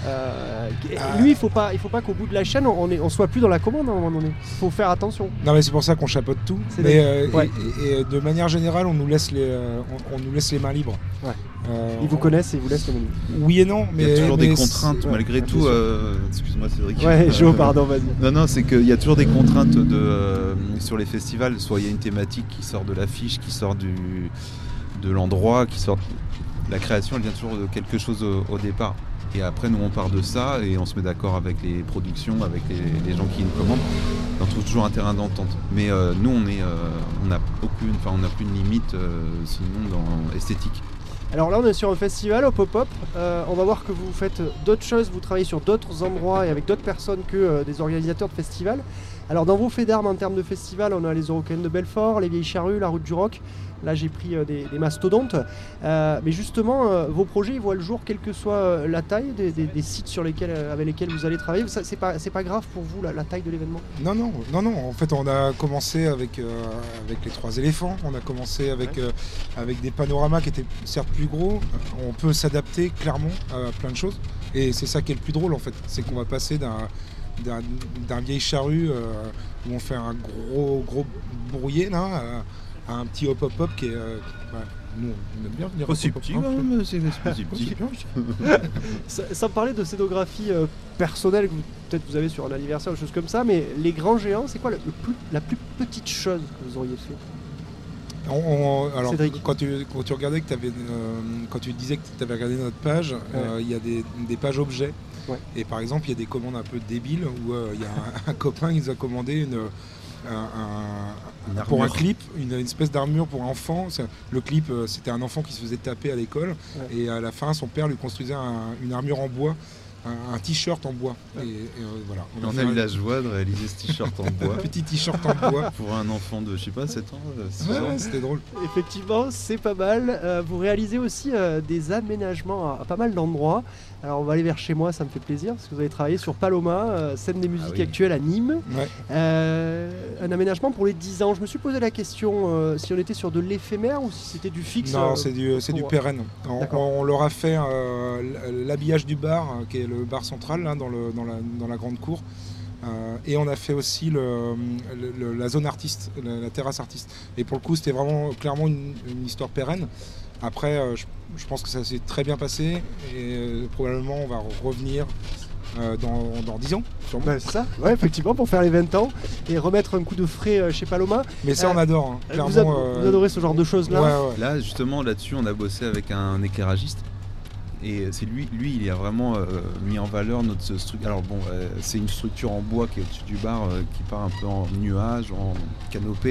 Euh, Ah. Lui, il faut pas, il faut pas qu'au bout de la chaîne, on, est, on soit plus dans la commande à un moment donné. Il faut faire attention. Non mais c'est pour ça qu'on chapeaute tout. C'est Mais des- euh, ouais. et, et- et de manière générale, on nous laisse les, euh, on, on nous laisse les mains libres. Ouais. Euh, Ils vous on- connaissent et ils vous laissent le menu. Oui et non, mais Il y a toujours mais des c'est- contraintes ouais, malgré bien tout. sûr. euh, Excuse-moi Cédric. Ouais, Jo, Euh, pardon, vas-y. Non, non, c'est qu'il y a toujours des contraintes de, euh, sur les festivals. Soit il y a une thématique qui sort de l'affiche, qui sort du, de l'endroit, qui sort. La création, elle vient toujours de quelque chose au, au départ. Et après, nous, on part de ça et on se met d'accord avec les productions, avec les, les gens qui nous commandent. Et on trouve toujours un terrain d'entente. Mais euh, nous, on est, euh, on n'a aucune, enfin, on n'a plus de limite, euh, sinon dans esthétique. Alors là, on est sur un festival au pop-up. Euh, on va voir que vous faites d'autres choses, vous travaillez sur d'autres endroits et avec d'autres personnes que euh, des organisateurs de festivals. Alors dans vos faits d'armes en termes de festival, on a les Européennes de Belfort, les Vieilles Charrues, la Route du Rock. Là, j'ai pris euh, des, des mastodontes. Euh, mais justement, euh, vos projets, ils voient le jour, quelle que soit euh, la taille des, des- des sites sur lesquels, euh, avec lesquels vous allez travailler. Ça, c'est pas, c'est pas grave pour vous, la, la taille de l'événement? Non, non, non, non. En fait, on a commencé avec, euh, avec les trois éléphants. On a commencé avec, euh, avec des panoramas qui étaient certes plus gros. On peut s'adapter clairement à plein de choses. Et c'est ça qui est le plus drôle, en fait. C'est qu'on va passer d'un, d'un, d'un vieille charrue euh, où on fait un gros, gros brouillé, là, à, à un petit hop-hop-hop qui est... euh, bah, nous, on aime bien venir Pas au si hop-hop, petit, hein. quand même, c'est pas si Pas petit. si petit. Ça- Sans parler de scénographie euh, personnelle que vous- peut-être vous avez sur un anniversaire ou des choses comme ça, mais les grands géants, c'est quoi le, le plus, la plus petite chose que vous auriez fait? On- on- alors, Cédric. quand tu, quand tu regardais que t'avais, euh, quand tu disais que tu avais regardé notre page, euh, il y a des, des pages objets. Ouais. Et par exemple, il y a des commandes un peu débiles où euh, il y a un, un copain qui nous a commandé une, un, un- Une pour un armure. clip, une, une espèce d'armure pour enfant. C'est- Le clip, euh, c'était un enfant qui se faisait taper à l'école. Ouais. Et à la fin, son père lui construisait un- une armure en bois un, un t-shirt en bois. Et, et euh, voilà. On, on a eu la joie de réaliser ce t-shirt en bois. Petit t-shirt en bois. Pour un enfant de, je sais pas, sept ans, six ouais, ans. Ouais, c'était drôle. Effectivement, c'est pas mal. Euh, vous réalisez aussi euh, des aménagements à, à pas mal d'endroits. Alors on va aller vers chez moi, ça me fait plaisir, parce que vous avez travaillé sur Paloma, euh, scène des musiques ah oui. actuelles à Nîmes. Ouais. Euh, un aménagement pour les dix ans. Je me suis posé la question euh, si on était sur de l'éphémère ou si c'était du fixe. Non, euh, c'est du, c'est pour... du pérenne. On, on leur a fait euh, l'habillage du bar, qui est le bar central, là, dans, le, dans, la, dans la grande cour. Euh, et on a fait aussi le, le, le, la zone artiste, la, la terrasse artiste. Et pour le coup, c'était vraiment clairement une, une histoire pérenne. Après, euh, je, je pense que ça s'est très bien passé et euh, probablement on va revenir euh, dans, dans dix ans. Ben, c'est ça, ouais, effectivement, pour faire les vingt ans et remettre un coup de frais euh, chez Paloma. Mais ça, euh, on adore. Hein, clairement, vous, a, vous adorez ce genre de choses-là ouais, ouais. Là, justement, là-dessus, on a bossé avec un éclairagiste. Et c'est lui, lui, il a vraiment euh, mis en valeur notre structure. Alors bon, euh, c'est une structure en bois qui est au-dessus du bar, euh, qui part un peu en nuage, en canopée.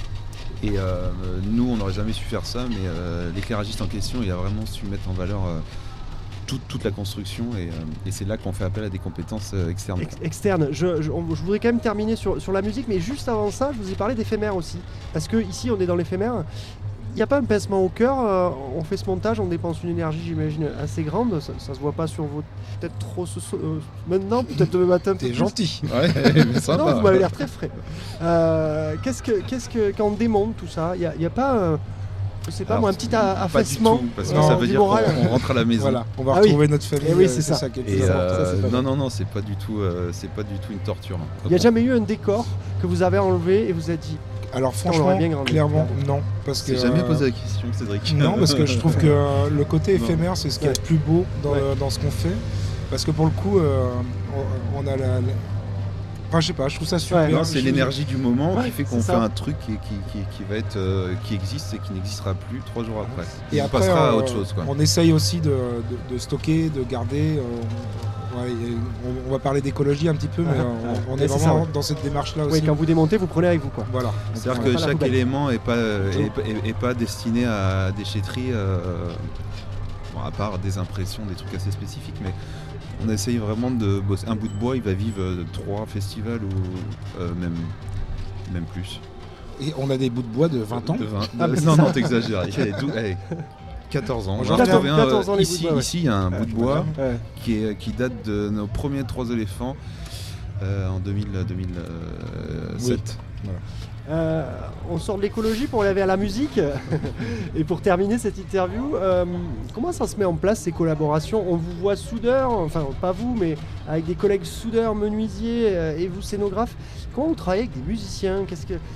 Et euh, nous, on n'aurait jamais su faire ça, mais euh, l'éclairagiste en question, il a vraiment su mettre en valeur euh, toute, toute la construction. Et, euh, et c'est là qu'on fait appel à des compétences euh, externes. Ex- externes. Je, je, on, je voudrais quand même terminer sur, sur la musique, mais juste avant ça, je vous ai parlé d'éphémère aussi. Parce que ici, on est dans l'éphémère. Il n'y a pas un pincement au cœur, euh, on fait ce montage, on dépense une énergie, j'imagine, assez grande, ça, ça se voit pas sur vos têtes trop ce, euh, maintenant, peut-être demain matin. T'es gentil. Ouais, mais ça non, va. vous m'avez l'air très frais. Euh, qu'est-ce que, qu'est-ce que, quand on démonte tout ça, il n'y a, y a pas, euh, je sais pas Alors, moi, un petit affaissement. Pas du tout, parce que non, ça veut dire moral. qu'on on rentre à la maison. Voilà, on va ah retrouver oui. notre famille. Et oui, c'est, c'est ça. ça qui est Et euh, ça, non, non, non, c'est pas du tout, euh, c'est pas du tout une torture. Hein. Il n'y a jamais eu un décor que vous avez enlevé et vous avez dit. Alors franchement, bien clairement, non. Parce que, j'ai jamais posé la question, Cédric. Non, parce que je trouve que euh, le côté éphémère, c'est ce qui est le plus beau dans, ouais. le, dans ce qu'on fait. Parce que pour le coup, euh, on, on a la... la... Enfin, je sais pas, je trouve ça super. Ouais, non, c'est l'énergie du moment ouais, qui fait qu'on fait un truc qui, qui, qui, qui va être, euh, qui existe et qui n'existera plus trois jours après. Et on après, passera euh, à autre chose. Quoi. On essaye aussi de, de, de stocker, de garder. Euh, Ouais, on, on va parler d'écologie un petit peu, mais on, on est, est vraiment ça, dans cette démarche-là aussi. Oui, quand vous démontez, vous prenez avec vous, quoi. Voilà. C'est-à-dire que chaque élément n'est pas, est, est, est pas destiné à déchetterie, euh, bon, à part des impressions, des trucs assez spécifiques, mais on essaye vraiment de bosser. Un bout de bois, il va vivre trois festivals ou euh, même, même plus. Et on a des bouts de bois de vingt ans de vingt, ah, de, Non, non, t'exagères. quatorze ans. quatorze, quatorze ans, ici, bois, ici, il y a un ouais. bout de bois ouais. qui, est, qui date de nos premiers trois éléphants euh, en deux mille, deux mille sept. Oui. Voilà. Euh, on sort de l'écologie pour aller vers la musique. Et pour terminer cette interview, euh, comment ça se met en place ces collaborations ? On vous voit soudeur, enfin pas vous, mais avec des collègues soudeurs, menuisiers euh, et vous scénographes. Comment vous travaillez avec des musiciens ? Qu'est-ce que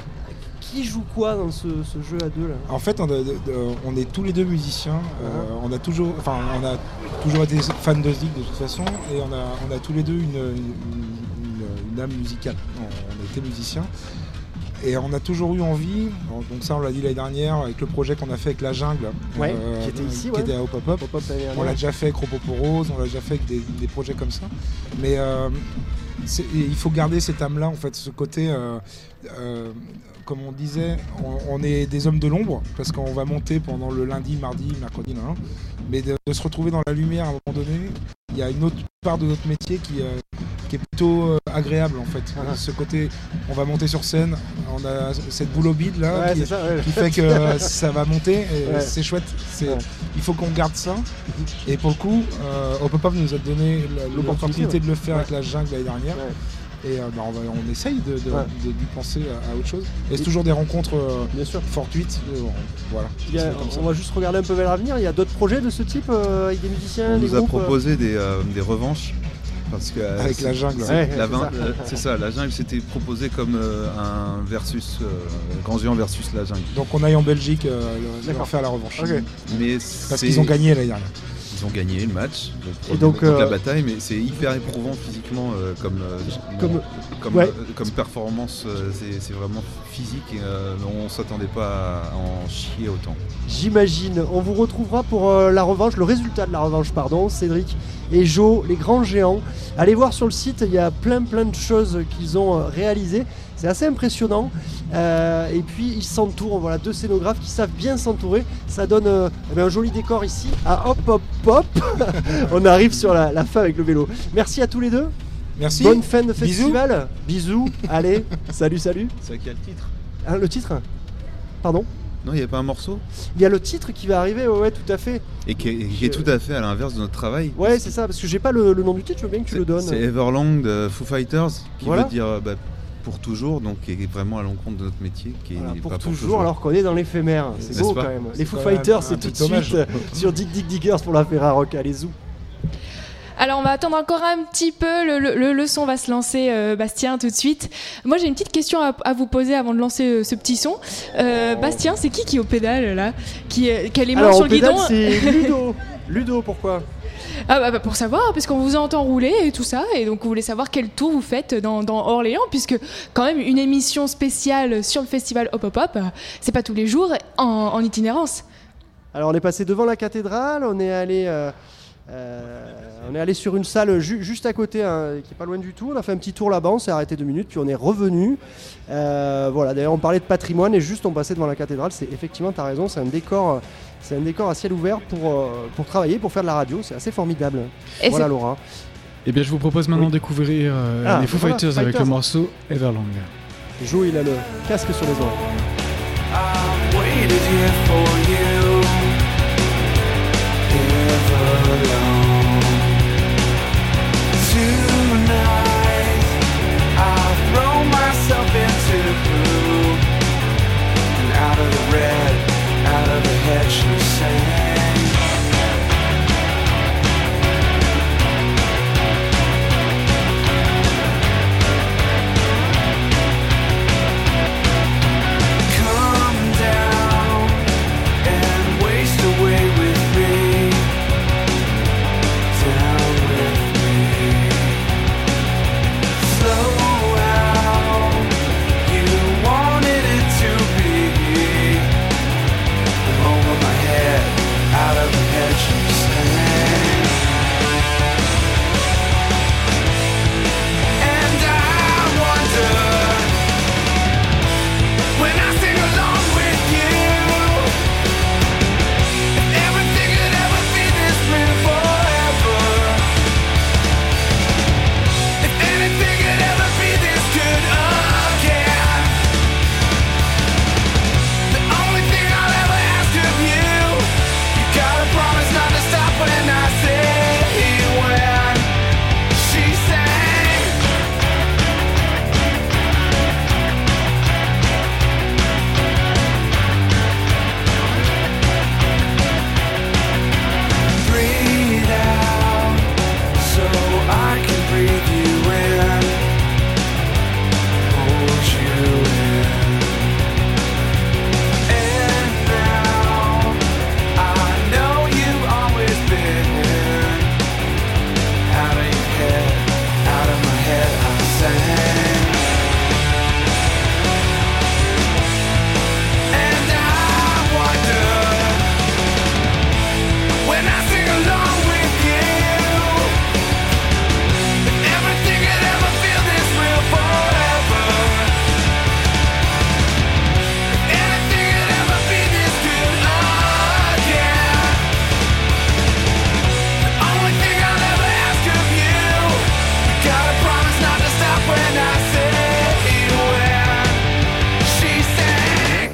Qui joue quoi dans ce, ce jeu à deux là ? En fait, on, a, de, de, on est tous les deux musiciens. Euh, on a toujours, enfin, on a toujours été fans de Zig de toute façon, et on a, on a tous les deux une, une, une, une âme musicale. On, on était musiciens. Et on a toujours eu envie, donc ça on l'a dit l'année dernière avec le projet qu'on a fait avec La Jungle, ouais, euh, qui était ici, qui ouais. était à Hop-Hop. On l'a déjà fait avec Ropoporose, on l'a déjà fait avec des, des projets comme ça. Mais euh, il faut garder cette âme-là, en fait, ce côté, euh, euh, comme on disait, on, on est des hommes de l'ombre, parce qu'on va monter pendant le lundi, mardi, mercredi, là, mais de, de se retrouver dans la lumière à un moment donné, il y a une autre part de notre métier qui... Euh, qui est plutôt euh, agréable en fait. Ah. Ce côté, on va monter sur scène, on a cette boule au bide là ouais, qui, ça, ouais. qui fait que euh, ça va monter et ouais. c'est chouette. C'est, ouais. Il faut qu'on garde ça. Et pour le coup, euh, Hop-Hop nous a donné l'opportunité ouais. de le faire ouais. avec La Jungle l'année dernière. Ouais. Et euh, bah, on, va, on essaye de, de, ouais. de, de, de penser à, à autre chose. Et c'est toujours des rencontres euh, bien sûr fortuites. Euh, voilà. Il y a, on va juste regarder un peu vers l'avenir. Il y a d'autres projets de ce type euh, avec des musiciens, on des nous groupes, a proposé euh... des, euh, des revanches. Parce que, euh, avec La Jungle, c'est, ouais, la c'est, vingt, ça. Euh, c'est ça. La Jungle s'était proposé comme euh, un versus euh, Grand Géant versus La Jungle. Donc on aille en Belgique euh, leur faire la revanche. Okay. Mais parce qu'ils ont gagné l'année dernière. Ils ont gagné le match, le, et donc, donc euh, la bataille, mais c'est hyper éprouvant physiquement euh, comme, euh, comme, comme, ouais. euh, comme performance. Euh, c'est, c'est vraiment physique et euh, on ne s'attendait pas à en chier autant. J'imagine. On vous retrouvera pour euh, la revanche, le résultat de la revanche, pardon, Cédric et Jo, les grands géants. Allez voir sur le site, il y a plein plein de choses qu'ils ont euh, réalisées. C'est assez impressionnant. Euh, et puis ils s'entourent, voilà, deux scénographes qui savent bien s'entourer. Ça donne euh, eh bien, un joli décor ici. Ah hop hop hop on arrive sur la, la fin avec le vélo. Merci à tous les deux. Merci. Bonne fin de Bisous. festival. Bisous. Allez, salut, salut. C'est quel titre? Hein, le titre? Pardon? Non, il n'y a pas un morceau? Il y a le titre qui va arriver, ouais, ouais, tout à fait. Et qui est, qui est tout à fait à l'inverse de notre travail. Ouais, c'est ça, parce que j'ai pas le, le nom du titre, je veux bien que tu le donnes. C'est Everlong de Foo Fighters, qui Voilà. veut dire euh, bah, pour toujours, donc qui est vraiment à l'encontre de notre métier. Qui est Voilà, pour, pas toujours, pour toujours, alors qu'on est dans l'éphémère. C'est N'est-ce beau pas? quand même. C'est Les Foo quand même Fighters, un c'est tout de petit hommage. suite euh, sur Dig Dig Diggers pour la Ferra Rock. Allez-y. Alors on va attendre encore un petit peu, le, le, le son va se lancer, euh, Bastien, tout de suite. Moi j'ai une petite question à, à vous poser avant de lancer euh, ce petit son. Euh, Bastien, c'est qui qui est au pédale là, qui, euh, qui a les mains Alors, sur au le pédale, guidon? c'est Ludo. Ludo, pourquoi? Ah bah, bah, pour savoir, parce qu'on vous entend rouler et tout ça, et donc on voulait savoir quel tour vous faites dans, dans Orléans, puisque quand même une émission spéciale sur le festival Hop Hop Hop, c'est pas tous les jours en, en itinérance. Alors on est passé devant la cathédrale, on est allé, euh, euh, on est allé sur une salle ju- juste à côté, hein, qui est pas loin du tout. On a fait un petit tour là-bas, on s'est arrêté deux minutes, puis on est revenu. Euh, voilà, d'ailleurs on parlait de patrimoine et juste on passait devant la cathédrale. C'est effectivement, t'as raison, c'est un décor, c'est un décor à ciel ouvert pour euh, pour travailler, pour faire de la radio. C'est assez formidable. Et voilà c'est- Laura. Eh bien, je vous propose maintenant Oui. de découvrir euh, Ah, les Foo voilà, Fighters avec Fighters. le morceau Everlong. Jo, il a le casque sur les oreilles. Waited here for you, Everlong. Tonight, I'll throw myself into blue, and out of the red, out of the head she sang. Come down and waste away with me, down with me. Slow out, you wanted it to be. Over my head, out of the head she sang. And I wonder, when I sing along with you, if everything could ever be this real forever, if anything could ever be this good again. The only thing I'll ever ask of you, you gotta promise not to stop when I say when she sang. Breathe out so I can breathe you in, hold you in. And now I know you've always been out of your head, out of my head I sang. And I wonder, when I sing along with you, if everything could ever feel this real forever, if anything could ever be this good again. The only thing I'll ever ask of you, you gotta promise not to stop when I say when she sang.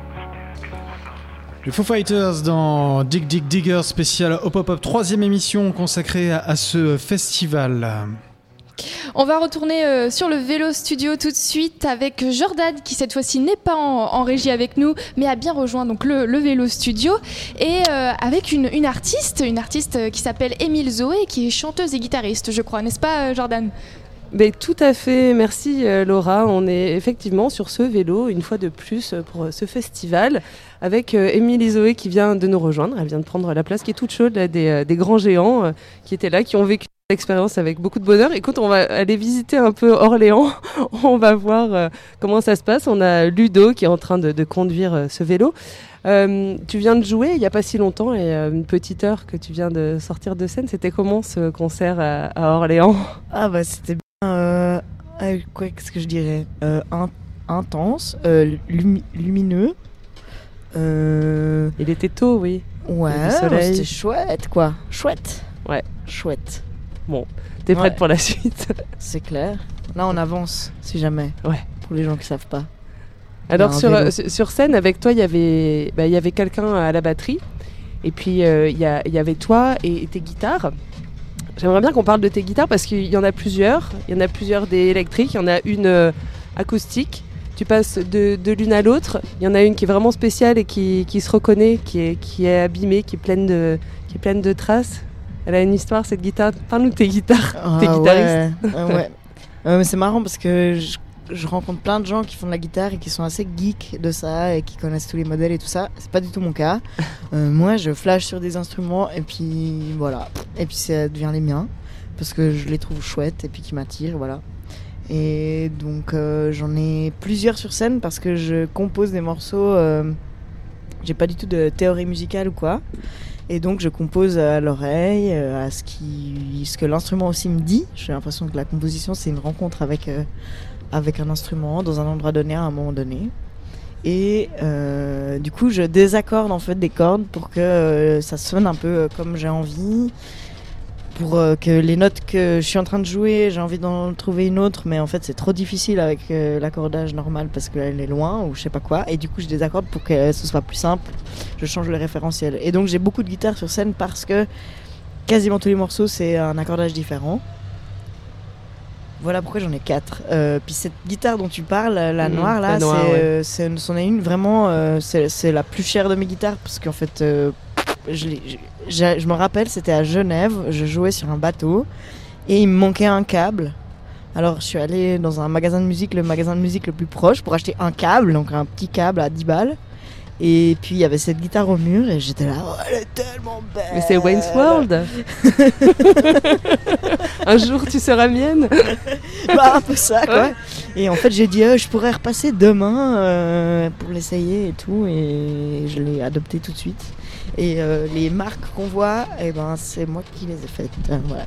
Les Foo Fighters dans Dig Dig Digger spécial Hop Hop Hop, troisième émission consacrée à, à ce festival. On va retourner euh, sur le Vélo Studio tout de suite avec Jordan qui cette fois-ci n'est pas en, en régie avec nous mais a bien rejoint donc le, le Vélo Studio et euh, avec une, une artiste, une artiste euh, qui s'appelle Émile Zoé qui est chanteuse et guitariste je crois, n'est-ce pas euh, Jordan? Ben, tout à fait, merci euh, Laura. On est effectivement sur ce vélo une fois de plus euh, pour euh, ce festival avec euh, Émilie Zoé qui vient de nous rejoindre. Elle vient de prendre la place qui est toute chaude là, des, euh, des grands géants euh, qui étaient là, qui ont vécu l'expérience avec beaucoup de bonheur. Écoute, on va aller visiter un peu Orléans. On va voir euh, comment ça se passe. On a Ludo qui est en train de, de conduire euh, ce vélo. Euh, tu viens de jouer il n'y a pas si longtemps et euh, une petite heure que tu viens de sortir de scène. C'était comment ce concert à, à Orléans? Ah bah c'était bien euh, euh, quoi, qu'est-ce que je dirais euh, in- Intense, euh, lumi- lumineux. Euh... Il était tôt, oui. Ouais, il y a du soleil. c'était chouette, quoi. Chouette. Ouais. Chouette. Bon, t'es prête Ouais. pour la suite? C'est clair. Là, on avance, si jamais. Ouais. Pour les gens qui savent pas. Alors Il y a un sur, vélo. euh, sur- sur scène avec toi, il y avait, bah, il y avait quelqu'un à la batterie, et puis euh, il y, a- il y avait toi et, et tes guitares. J'aimerais bien qu'on parle de tes guitares parce qu'il y en a plusieurs. Il y en a plusieurs des électriques, il y en a une euh, acoustique. Tu passes de, de l'une à l'autre. Il y en a une qui est vraiment spéciale et qui, qui se reconnaît, qui est, qui est abîmée, qui est pleine de, qui est pleine de traces. Elle a une histoire cette guitare. Parle-nous de tes guitares, Ah, tes ouais. guitaristes. Euh, ouais. Euh, mais c'est marrant parce que je, je rencontre plein de gens qui font de la guitare et qui sont assez geeks de ça et qui connaissent tous les modèles et tout ça. C'est pas du tout mon cas. Euh, moi, je flash sur des instruments et puis voilà. Et puis ça devient les miens parce que je les trouve chouettes et puis qui m'attirent, voilà. Et donc euh, j'en ai plusieurs sur scène parce que je compose des morceaux. Euh, j'ai pas du tout de théorie musicale ou quoi. Et donc je compose à l'oreille, euh, à ce, qui, ce que l'instrument aussi me dit. J'ai l'impression que la composition c'est une rencontre avec, euh, avec un instrument dans un endroit donné à un moment donné. Et euh, du coup je désaccorde en fait des cordes pour que euh, ça sonne un peu euh, comme j'ai envie. Pour euh, que les notes que je suis en train de jouer, j'ai envie d'en trouver une autre, mais en fait c'est trop difficile avec euh, l'accordage normal parce qu'elle est loin ou je sais pas quoi. Et du coup je désaccorde pour que ce soit plus simple. Je change le référentiel. Et donc j'ai beaucoup de guitare sur scène parce que quasiment tous les morceaux c'est un accordage différent. Voilà pourquoi j'en ai quatre. Euh, puis cette guitare dont tu parles, la Mmh, noire là, la noire, c'est, ouais. euh, c'est, c'en est une vraiment, euh, c'est, c'est la plus chère de mes guitares parce qu'en fait, euh, je, l'ai- je- j'ai- je me rappelle, c'était à Genève, je jouais sur un bateau et il me manquait un câble. Alors je suis allée dans un magasin de musique, le magasin de musique le plus proche, pour acheter un câble, donc un petit câble à dix balles. Et puis il y avait cette guitare au mur et j'étais là, oh, elle est tellement belle. Mais c'est Wayne's World. Un jour tu seras mienne. Bah un peu ça quoi. Ouais. Et en fait j'ai dit euh, je pourrais repasser demain euh, pour l'essayer et tout et je l'ai adopté tout de suite. Et euh, les marques qu'on voit, eh ben c'est moi qui les ai faites. Euh, voilà.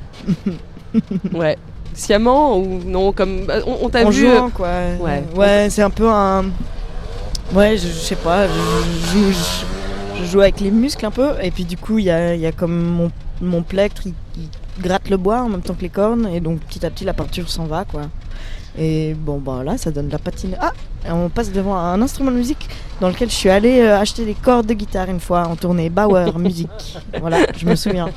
Ouais. Sciemment ou non comme on, on t'a En vu. jouant quoi. Ouais. Ouais, c'est un peu un. Ouais, je, je sais pas, je, je joue, je- je joue avec les muscles un peu, et puis du coup, il y a, il y a comme mon, mon plectre, il, il gratte le bois en même temps que les cornes, et donc petit à petit, la peinture s'en va, quoi. Et bon, bah là, ça donne de la patine. Ah, et on passe devant un instrument de musique dans lequel je suis allée euh, acheter des cordes de guitare une fois en tournée Bauer Musique. Voilà, je me souviens.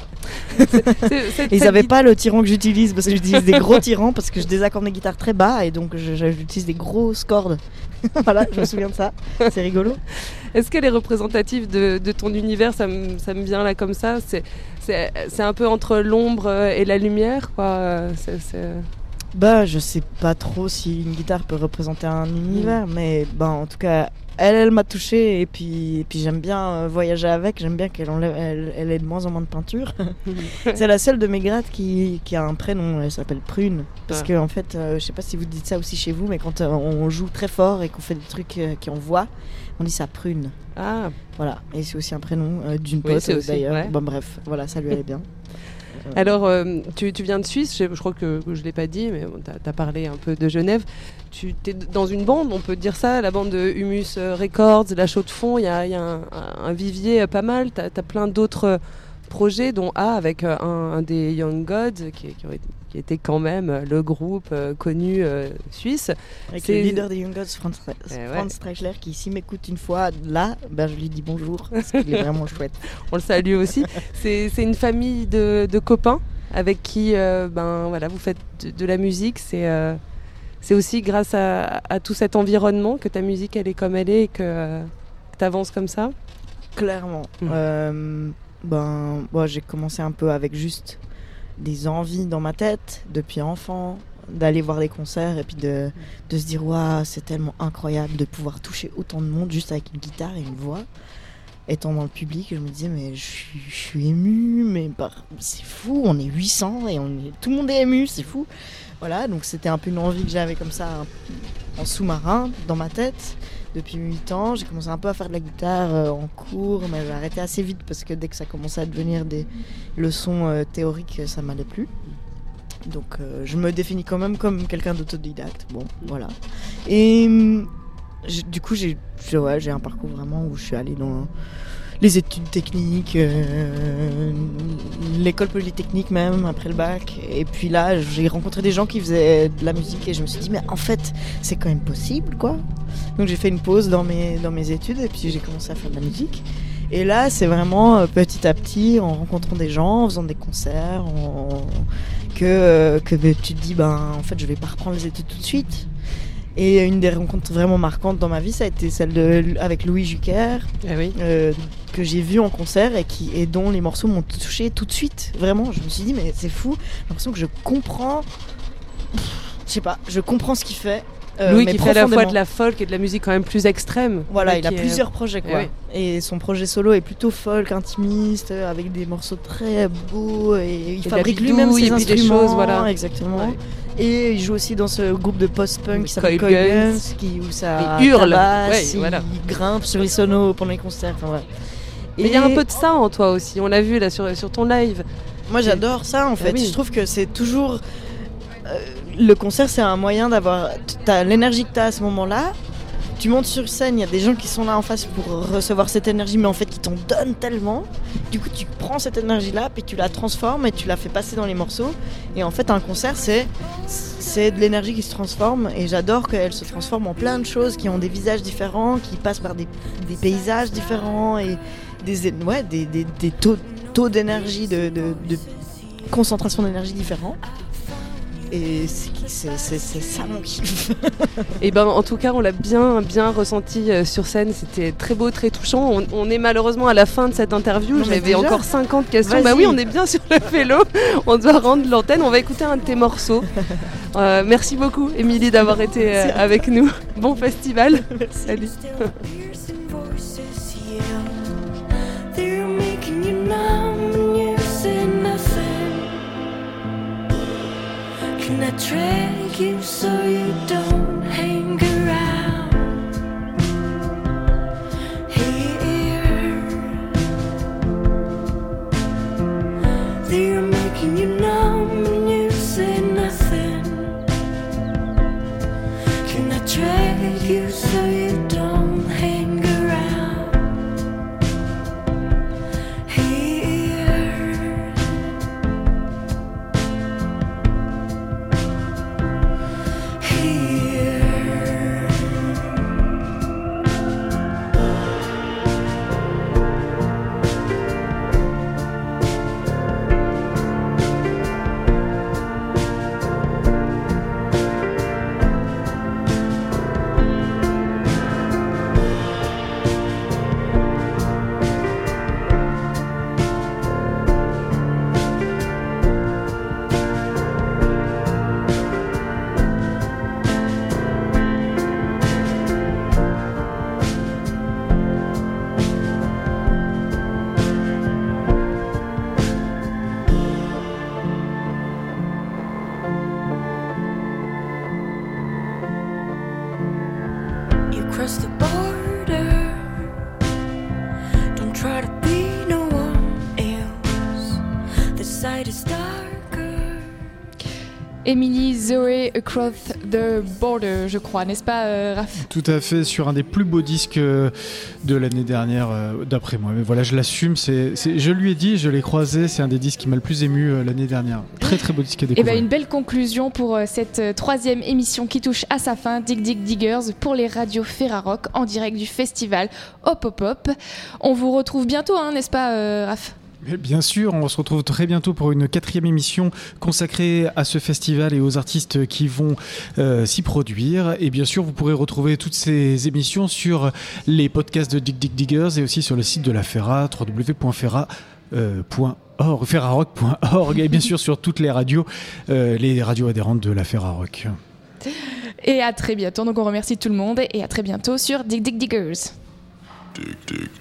c'est- Ils cette avaient guit- pas le tyran que j'utilise parce que j'utilise des gros tyrans parce que je désaccorde mes guitares très bas et donc je- je- j'utilise des grosses cordes. Voilà, je me souviens de ça. C'est rigolo. Est-ce qu'elle est représentative de, de ton univers? Ça me, ça me vient là comme ça. C'est, c'est, c'est un peu entre l'ombre et la lumière, quoi. C'est, c'est... Bah, je sais pas trop si une guitare peut représenter un univers, mais bah, en tout cas, elle, elle m'a touchée et puis, et puis j'aime bien euh, voyager avec. J'aime bien qu'elle enlève, elle, elle ait de moins en moins de peinture. C'est la seule de mes grattes qui, qui a un prénom. Elle s'appelle Prune. Parce Ah. que en fait, euh, je sais pas si vous dites ça aussi chez vous, mais quand euh, on joue très fort et qu'on fait des trucs euh, qui envoient, on dit ça Prune. Ah. Voilà. Et c'est aussi un prénom euh, d'une Oui, pote c'est aussi, d'ailleurs. ouais. Bon bref, voilà, ça lui allait bien. Alors, euh, tu, tu viens de Suisse, je, je crois que, que je ne l'ai pas dit, mais bon, tu as parlé un peu de Genève. Tu es dans une bande, on peut dire ça, la bande de Humus Records, La Chaux de Fonds, il y a, y a un, un vivier pas mal. Tu as plein d'autres projets, dont A avec un, un des Young Gods, qui, qui, aurait, qui était quand même le groupe euh, connu euh, suisse. Avec C'est- le leader des Young Gods, Franz, Stre- Eh ouais. Franz Streichler, qui s'il m'écoute une fois là, ben, je lui dis bonjour, parce qu'il est vraiment chouette. On le salue aussi. C'est c'est une famille de, de copains avec qui euh, ben, voilà, vous faites de, de la musique. C'est euh, c'est aussi grâce à, à tout cet environnement que ta musique elle est comme elle est et que, euh, que tu avances comme ça. Clairement. Mmh. Euh, ben, moi, j'ai commencé un peu avec juste des envies dans ma tête depuis enfant, d'aller voir des concerts et puis de, de se dire waouh, c'est tellement incroyable de pouvoir toucher autant de monde juste avec une guitare et une voix. Étant dans le public, je me disais mais je suis, je suis ému, mais par- c'est fou, on est huit cents et on est, tout le monde est ému, c'est fou. Voilà, donc c'était un peu une envie que j'avais comme ça en sous-marin dans ma tête. Depuis huit ans, j'ai commencé un peu à faire de la guitare euh, en cours, mais j'ai arrêté assez vite parce que dès que ça commençait à devenir des leçons euh, théoriques, ça m'allait plus. Donc euh, je me définis quand même comme quelqu'un d'autodidacte. Bon, voilà. Et hum, j'ai- du coup, j'ai, j'ai- ouais, j'ai un parcours vraiment où je suis allée dans les études techniques, euh, l'école polytechnique même, après le bac. Et puis là, j'ai rencontré des gens qui faisaient de la musique et je me suis dit, mais en fait, c'est quand même possible, quoi. Donc j'ai fait une pause dans mes, dans mes études et puis j'ai commencé à faire de la musique. Et là, c'est vraiment euh, petit à petit, en rencontrant des gens, en faisant des concerts, en- que, euh, que ben, tu te dis, ben, en fait, je vais pas reprendre les études tout de suite. Et une des rencontres vraiment marquantes dans ma vie, ça a été celle de, avec Louis Jucker, euh, que j'ai vu en concert et, qui, et dont les morceaux m'ont touché tout de suite. Vraiment, je me suis dit, mais c'est fou, j'ai l'impression que je comprends, je sais pas, je comprends ce qu'il fait. euh, Louis mais qui fait à la fois profondément. de la folk et de la musique quand même plus extrême. Voilà, Ouais, il a qui est- plusieurs projets, quoi. Eh oui. Et son projet solo est plutôt folk, intimiste, euh, avec des morceaux très beaux. Et il de la fabrique bidouille lui-même ses et puis des instruments. choses, voilà. Exactement. Ouais. Et il joue aussi dans ce groupe de post-punk qui s'appelle Coil Coil Guns. Guns, qui, où ça Il hurle. tabasse, Ouais, voilà. il grimpe sur les sonos pendant les concerts. Enfin, voilà. Mais il y a un peu de ça en toi aussi, on l'a vu là sur, sur ton live. Moi j'adore ça en Ah fait, oui. je trouve que c'est toujours... euh, le concert c'est un moyen d'avoir... T'as l'énergie que t'as à ce moment-là, tu montes sur scène, il y a des gens qui sont là en face pour recevoir cette énergie, mais en fait qui t'en donnent tellement. Du coup tu prends cette énergie-là, puis tu la transformes et tu la fais passer dans les morceaux. Et en fait un concert c'est, c'est de l'énergie qui se transforme, et j'adore qu'elle se transforme en plein de choses qui ont des visages différents, qui passent par des, des paysages différents et des, ouais, des, des, des taux, taux d'énergie, de, de, de concentration d'énergie différents. Et c'est, c'est, c'est, c'est ça mon kiff. Et ben en tout cas on l'a bien bien ressenti euh, sur scène, c'était très beau, très touchant. On, on est malheureusement à la fin de cette interview, Non, mais j'avais déjà encore cinquante questions. Vas-y. Bah oui, on est bien sur le vélo, on doit rendre l'antenne, on va écouter un de tes morceaux. Euh, merci beaucoup Émilie d'avoir été euh, Merci. avec nous. Bon festival. Salut. They're making you numb and you say nothing. Can I drag you so you don't hang around here? They're making you numb and you say nothing. Can I drag you so you don't hang around here? You cross the border. Don't try to be no one else. The sight is darker. Émilie Zoé Across the Border, je crois, n'est-ce pas, euh, Raph? Tout à fait, sur un des plus beaux disques euh, de l'année dernière, euh, d'après moi. Mais voilà, je l'assume. C'est, c'est, je lui ai dit, je l'ai croisé. C'est un des disques qui m'a le plus ému euh, l'année dernière. Très très beau disque à Et découvrir. bien une belle conclusion pour euh, cette euh, troisième émission qui touche à sa fin, Dig Dig Diggers, pour les radios Ferrarock en direct du festival Hop Hop Hop. On vous retrouve bientôt, hein, n'est-ce pas, euh, Raph? Mais bien sûr, on se retrouve très bientôt pour une quatrième émission consacrée à ce festival et aux artistes qui vont euh, s'y produire. Et bien sûr, vous pourrez retrouver toutes ces émissions sur les podcasts de Dig Dig Diggers et aussi sur le site de la Ferra, w w w point ferra point org, ferrarock point org, et bien sûr sur toutes les radios, euh, les radios adhérentes de la Ferrarock. Et à très bientôt. Donc on remercie tout le monde et à très bientôt sur Dig Dig Diggers. Dig, dig.